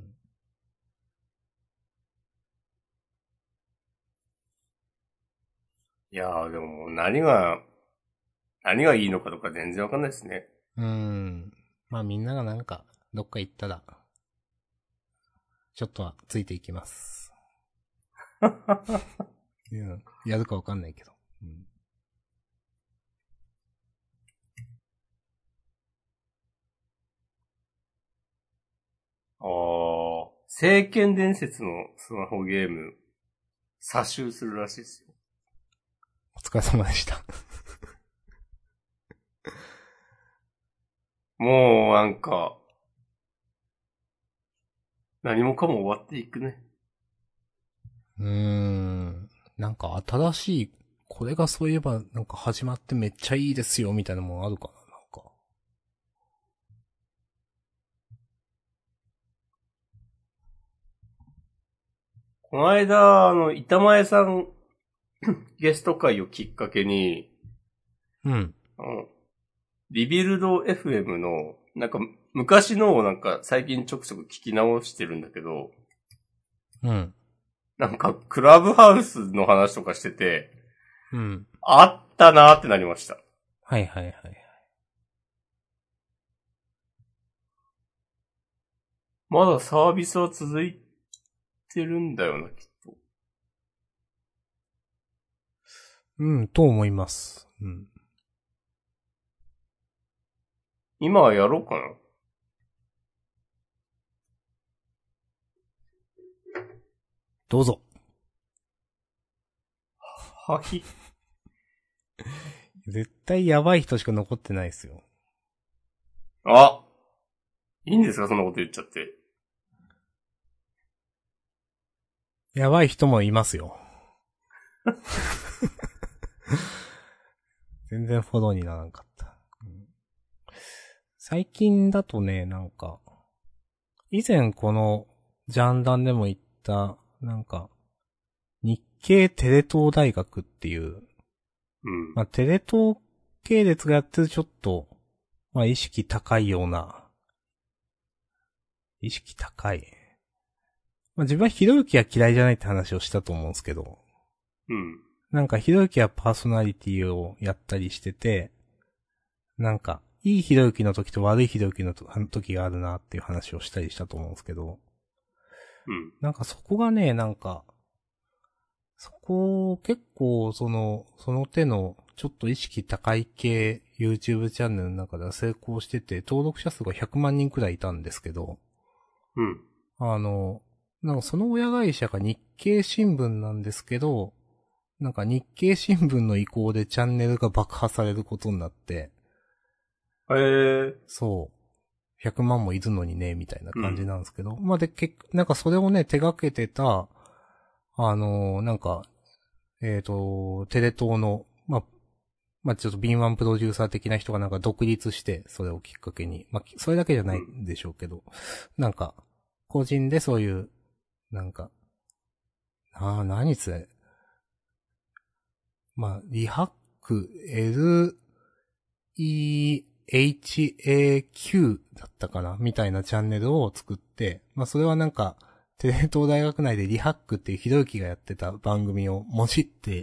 いやーでももう何がいいのかとか全然わかんないですね。 まあみんながなんか、どっか行ったら、ちょっとはついていきます。うん。やるかわかんないけど。うん。 ああ、聖剣伝説のスマホゲーム、詐集するらしいですよ。 お疲れ様でした。 もうなんか、何もかも終わっていくね。 なんか新しい、これがそういえばなんか始まってめっちゃいいですよみたいなものあるかな、なんか。 この間、板前さんゲスト会をきっかけに、 うん。 あのリビルド FM の、なんか、昔のをなんか最近ちょくちょく聞き直してるんだけど、 うん。 なんか、クラブハウスの話とかしてて、 うん。 あったなーってなりました。 はいはいはい。 まだサービスは続いてるんだよな、きっと。 うん、と思います。うん。 今はやろうかな。 どうぞ。 はひ。 絶対やばい人しか残ってないですよ。 あ、いいんですかそんなこと言っちゃって。 やばい人もいますよ。全然フォローにならんかった。最近だとね、なんか、以前このジャンダンでも言った、なんか、日系テレ東大学っていう、 うん。 まあ、テレ東系列がやってるちょっと、まあ、意識高いような、意識高い。まあ、自分はひろゆきは嫌いじゃないって話をしたと思うんですけど、 うん。 なんかひろゆきはパーソナリティをやったりしてて、なんか、いいひろゆきの時と悪いひろゆきの時があるなっていう話をしたりしたと思うんですけど、 うん。 なんかそこがね、なんか、そこ、結構、その手の、ちょっと意識高い系 YouTube チャンネルの中では成功してて、登録者数が100万人くらいいたんですけど、 うん。 なんかその親会社が日経新聞なんですけど、なんか日経新聞の意向でチャンネルが爆破されることになって、 へえ。 そう、100万もいるのにね、みたいな感じうん。 なんですけど、まあ、で、なんかそれをね、手掛けてた、なんか、テレ東の、まあ、ちょっと敏腕プロデューサー的な人がなんか独立して、それをきっかけに。まあ、それだけじゃないうん。 んでしょうけど、なんか、個人でそういう、なんか、何それ。まあ、リハック LEHAQ だったかなみたいなチャンネルを作って、まあ、それはなんか、テレ東大学内でリハックっていうひろゆきがやってた番組をもじって、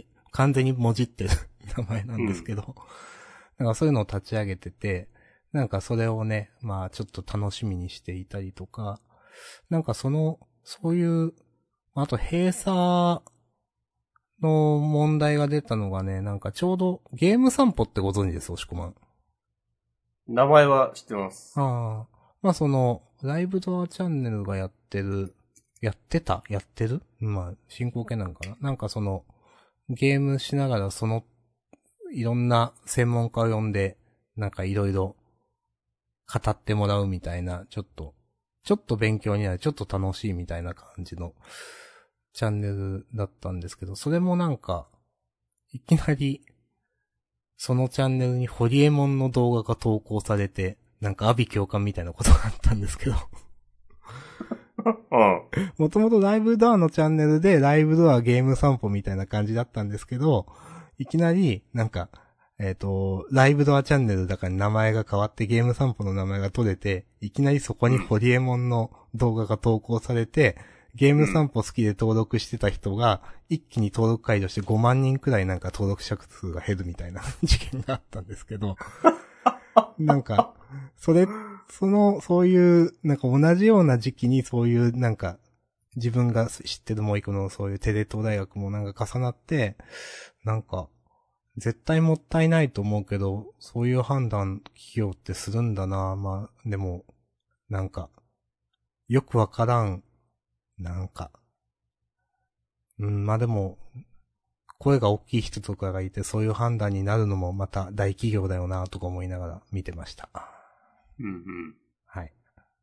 完全にもじってる名前なんうん。 ですけど、なんかそういうのを立ち上げてて、なんかそれをね、まあちょっと楽しみにしていたりとか、なんかそういう、あと閉鎖の問題が出たのがね、なんかちょうどゲーム散歩ってご存知です、押し込まん。 名前は知ってます。 ああ。まあライブドアチャンネルがやってるまあ、進行形なんかななんかゲームしながらいろんな専門家を呼んで、なんかいろいろ語ってもらうみたいな、ちょっと勉強になる、ちょっと楽しいみたいな感じのチャンネルだったんですけど、それもなんか、いきなり、そのチャンネルにホリエモンの動画が投稿されて、なんか阿ビ教官みたいなことがあったんですけど、 うん。 もともとライブドアのチャンネルでライブドアゲーム散歩みたいな感じだったんですけど、いきなり、なんか、ライブドアチャンネルだから名前が変わってゲーム散歩の名前が取れて、いきなりそこにうん。 ホリエモンの動画が投稿されて、ゲーム散うん。 歩好きで登録してた人が、一気に登録解除して5万人くらいなんか登録者数が減るみたいな事件があったんですけど、なんか、そういう、なんか同じような時期にそういう、なんか、自分が知ってるもう一個のそういうテレ東大学もなんか重なって、なんか、絶対もったいないと思うけど、そういう判断企業ってするんだなまあ、でも、なんか、 よくわからん、なんか。まあでも、声が大きい人とかがいて、そういう判断になるのもまた大企業だよなとか思いながら見てました。 うんうん。 はい。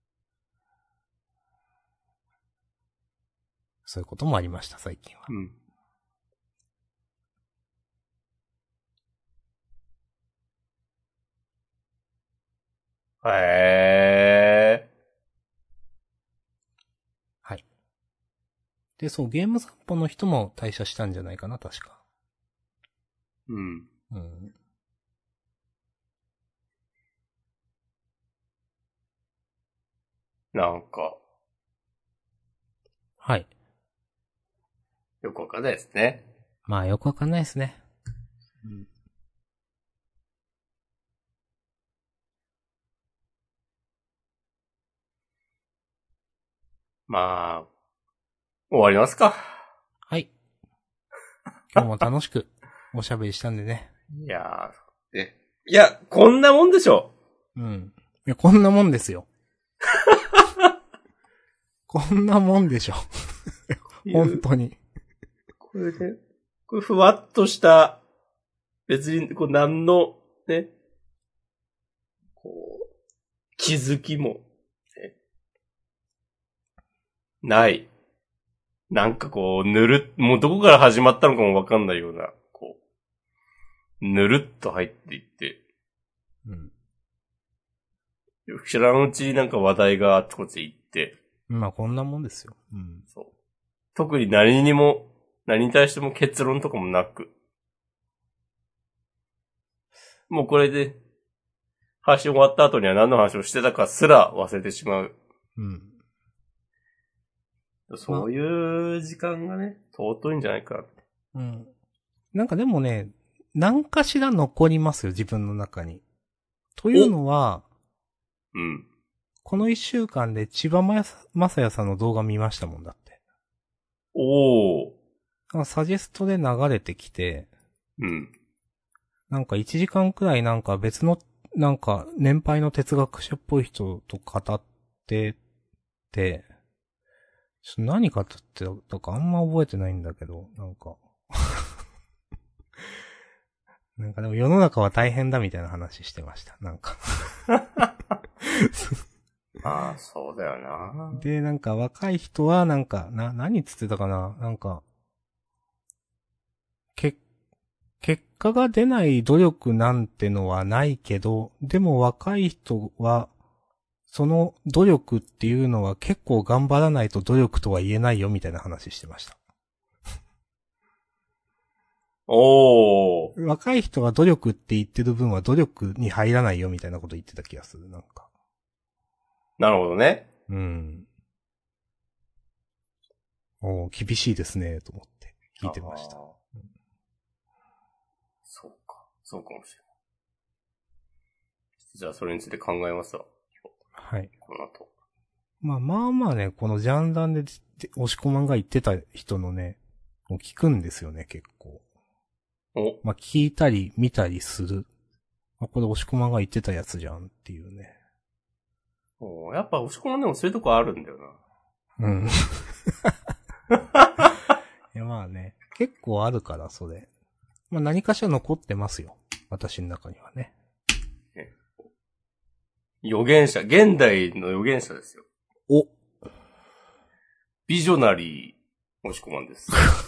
そういうこともありました、最近は。 うん。へー。 はい。で、そう、ゲーム散歩の人も退社したんじゃないかな、確か。 うん。 うん。 なんか、 はい。 よくわかんないですね。 まあ、よくわかんないですね。うん。 まあ、終わりますか。 はい。今日も楽しくおしゃべりしたんでね。 いやー、いや、こんなもんでしょ。 うん。いや、こんなもんですよ。こんなもんでしょ。本当に。 これで、これふわっとした、別に、こう、何の、ね、こう、気づきも、ね、ない。なんかこう、もうどこから始まったのかもわかんないような、こう、ぬるっと入っていって、 うん。 知らんうちになんか話題があっちこっち行って、 まあ、こんなもんですよ。うん。 そう。特に何にも、何に対しても結論とかもなく、もうこれで、配信終わった後には何の話をしてたかすら忘れてしまう。 うん。 そういう時間がね、尊いんじゃないかな。 うん。なんかでもね、何かしら残りますよ、自分の中に。というのは、 うん。 この一週間で千葉まさやさんの動画見ましたもんだって。 おー。 なんかサジェストで流れてきて、 うん。 なんか1時間くらいなんか別の、なんか年配の哲学者っぽい人と語ってて、何語ってたかあんま覚えてないんだけど、なんかなんかでも世の中は大変だみたいな話してました。なんかああ、そうだよな。 で、なんか若い人はなんか、何つってたかななんか、け、結果が出ない努力なんてのはないけど、でも若い人は、その努力っていうのは結構頑張らないと努力とは言えないよみたいな話してました。 おー。 若い人が努力って言ってる分は努力に入らないよみたいなこと言ってた気がする、なんか。 なるほどね。 うん。厳しいですね、と思って聞いてました。 そうか。そうかもしれない。じゃあそれについて考えますわ。 はい。 この後。 まあね、このジャンダンで押し込まんが言ってた人のね、を聞くんですよね、結構。 お。 まあ聞いたり見たりする。これ押し込まんが言ってたやつじゃんっていうね。 やっぱ押し込まんでもそういうとこあるんだよな。 うん。いやまあね、結構あるから、それ。まあ何かしら残ってますよ。私の中にはね。 預言者、現代の預言者ですよ。 お。 ビジョナリー、押し込まんです。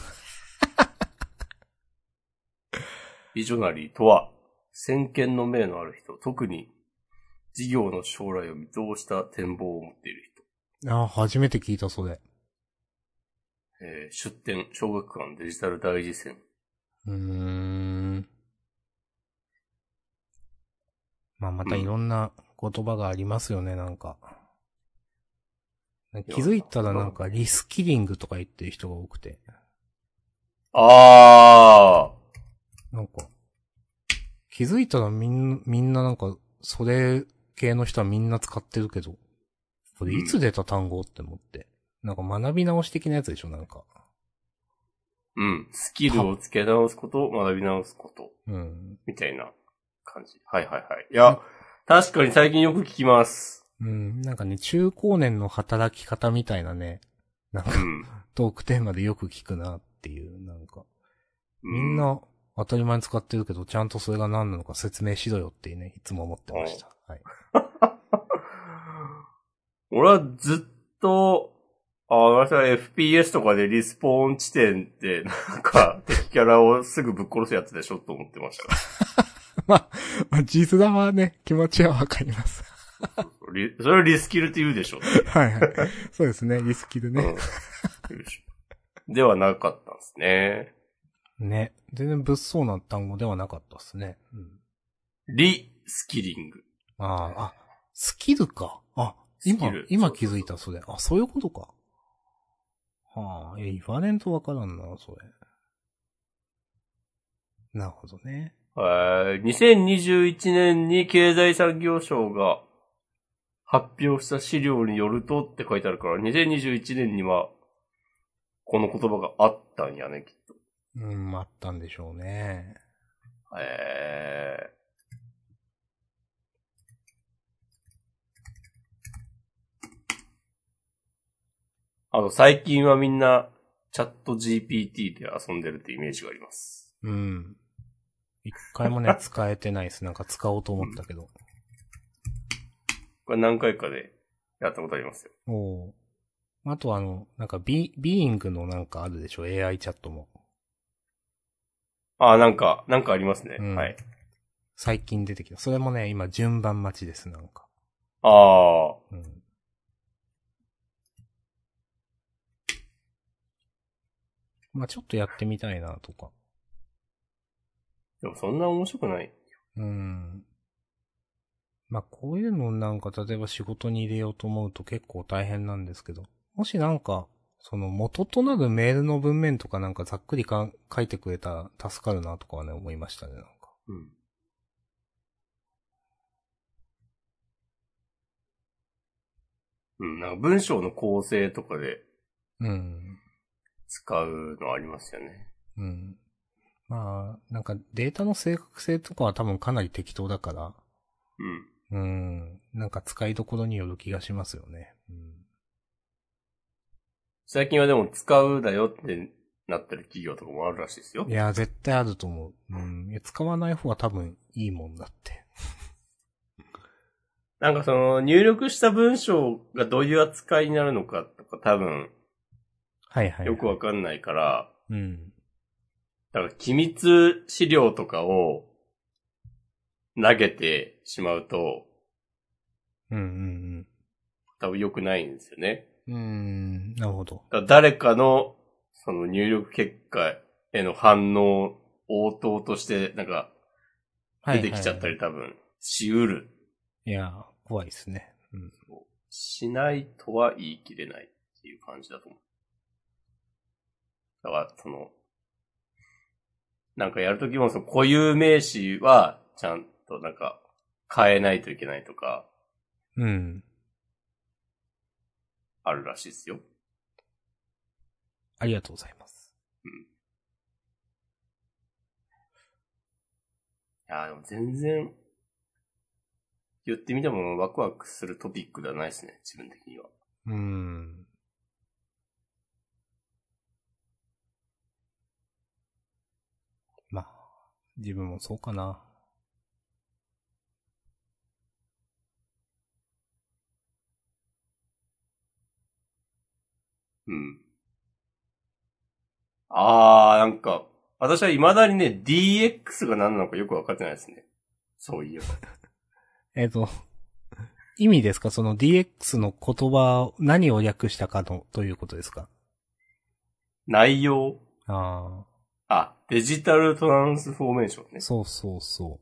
ビジョナリーとは、先見の明のある人、特に事業の将来を見通した展望を持っている人。ああ、初めて聞いた、それ。 出展、小学館デジタル大辞典。 またいろんな言葉がありますよね、なんか。気づいたらなんかリスキリングとか言ってる人が多くて。 あー。なんか、気づいたらみんななんか、それ系の人はみんな使ってるけど、これいつ出た単語って思って。なんか学び直し的なやつでしょ、なんか。 うん。スキルをつけ直すこと、学び直すこと。 うん。 みたいな感じ。はいはいはい。いや、確かに最近よく聞きます。 うん、なんかね、中高年の働き方みたいなね、なんか、 うん。 トークテーマでよく聞くなっていう、なんか、 うん。 みんな当たり前に使ってるけど、ちゃんとそれが何なのか説明しろよってね、いつも思ってました。はい。 俺はずっと、私は FPS とかでリスポーン地点で、なんか、敵キャラをすぐぶっ殺すやつでしょと思ってました。 まあ、地図はね、気持ちはわかります。 それをリスキルって言うでしょっていう。 はいはい。そうですね、リスキルね。 うん。言うでしょではなかったんですね。 ね。全然物騒な単語ではなかったですね。うん。 リスキリング。 スキルか。今スキル。そうそうそう。 気づいた、それ。そういうことか。言われんとわからんな、それ。なるほどね。 2021年に経済産業省が発表した資料によるとって書いてあるから、2021年にはこの言葉があったんやね、きっと。 あったんでしょうね。 え最近はみんなチャット GPT で遊んでるってイメージがあります。 うん。一回もね、使えてないです。なんか使おうと思ったけど。 これ何回かでやったことありますよ。 おー。あとなんかビーイングのなんかあるでしょ ?AI チャットも。 なんかありますね。 うん。 はい。 最近出てきた。それもね、今順番待ちです、なんか。 ああ。 うん。まあちょっとやってみたいな、とか。 でもそんな面白くない。 うん。まあこういうのなんか例えば仕事に入れようと思うと結構大変なんですけど。もしなんか、その元となるメールの文面とかなんかざっくり書いてくれたら助かるなとかはね、思いましたね、なんか。 うん。うん、なんか文章の構成とかでうん。 使うのありますよね。 うん。まあ、なんかデータの正確性とかは多分かなり適当だから、 うん。 なんか使いどころによる気がしますよね。 最近はでも使うだよってなってる企業とかもあるらしいですよ。 いや、絶対あると思う。いや使わない方が多分いいもんだって。 なんかその入力した文章がどういう扱いになるのかとか多分はいはいはい。 よくわかんないから、 うん。 だから機密資料とかを投げてしまうとうん多分良くないんですよね。 なるほど。 だから誰かのその入力結果への反応応答としてなんか出てきちゃったり多分しうる。 いや、怖いですね。 しないとは言い切れないっていう感じだと思う。だからその、なんかやるときもその固有名詞はちゃんとなんか変えないといけないとかうん。 あるらしいですよ。 ありがとうございます。 うん。いやでも全然言ってみてもワクワクするトピックではないですね、自分的には。 まあ、自分もそうかな。 うん。なんか、私は未だにね、DX が何なのかよくわかってないですね。そういえば。 意味ですかその DX の言葉、何を略したかの、ということですか内容ああ。 デジタルトランスフォーメーションね。 そうそうそう。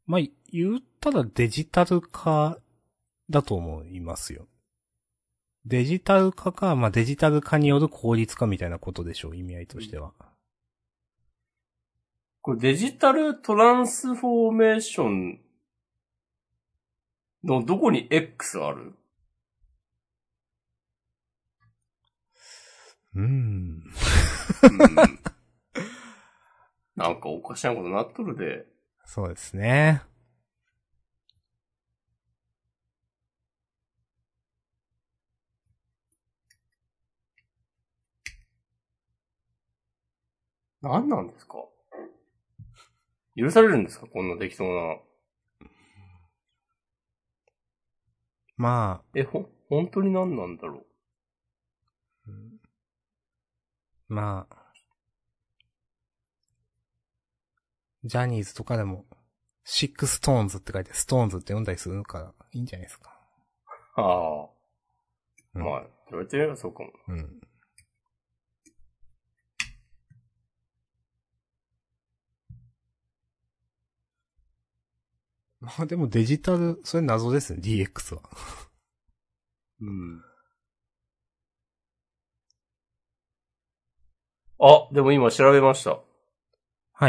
まあ、言ったらデジタル化だと思いますよ。デジタル化か、まあ、デジタル化による効率化みたいなことでしょう、意味合いとしては。 これデジタルトランスフォーメーションのどこに X ある？ うん。 なんかおかしなことなっとるで。 そうですね。 何なんですか？許されるんですか？こんな適当な。 まあ。 本当に何なんだろう。 まあ。ジャニーズとかでも、シックストーンズって書いてストーンズって読んだりするからいいんじゃないですか。 ああ。 うん、 まあ、言われてみればそうかも。 うん。まあでもデジタル、それ謎ですね、DX は。 うん。あ、でも今調べました。 はい。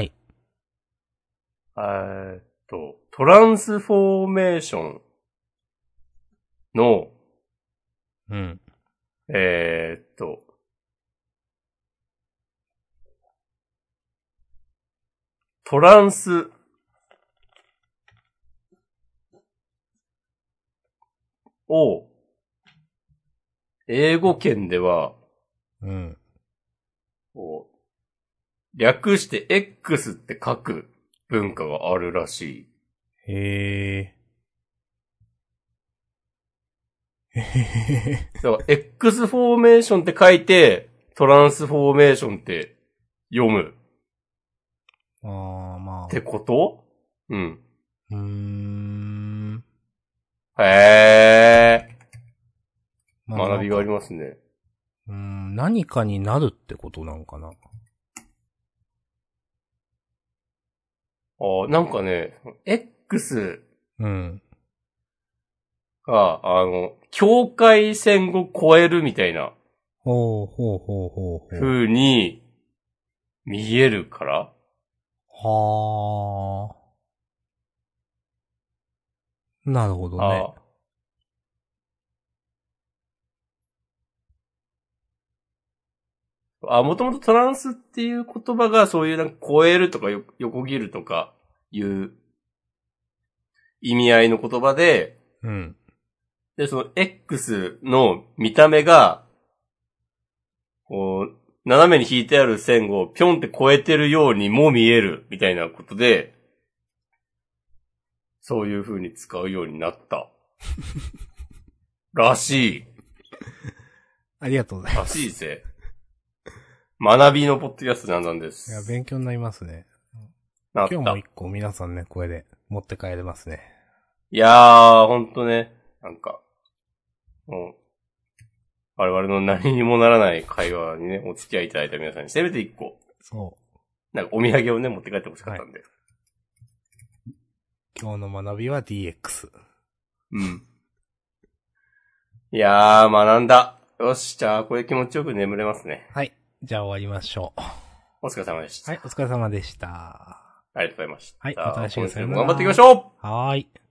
トランスフォーメーションの、 うん。 トランスを、英語圏では、 うん。 こう略して X って書く文化があるらしい。 へえ。へへへへ。 だから X フォーメーションって書いて、トランスフォーメーションって読む。 ああ、まあ。 ってことうん。へえ。 まあ、 学びがありますね。 何かになるってことなんかな。 なんかね、X うん。 が、境界線を越えるみたいなほうほうほうほうほう。 風に見えるからはあ。なるほどね。 もともとトランスっていう言葉がそういうなんか超えるとか横切るとかいう意味合いの言葉で、 うん。 で、その X の見た目が、こう、斜めに引いてある線をピョンって超えてるようにも見えるみたいなことで、そういう風に使うようになった。らしい。 ありがとうございまらす。 しいぜ。学びのポッドキャストなんです。 いや、勉強になりますね。 なった。 今日も一個皆さんね、これで持って帰れますね。 いやー、ほんとね、なんか、もう、我々の何にもならない会話にね、お付き合いいただいた皆さんにせめて一個。 そう。 なんかお土産をね、持って帰ってほしかったんで。はい、 今日の学びは DX。 うん。いやー、学んだ。よし、じゃあ、これ気持ちよく眠れますね。 はい。じゃあ終わりましょう。 お疲れ様でした。 はい、お疲れ様でした。 ありがとうございました。 はい、また来週今週も頑張っていきましょう。 はーい。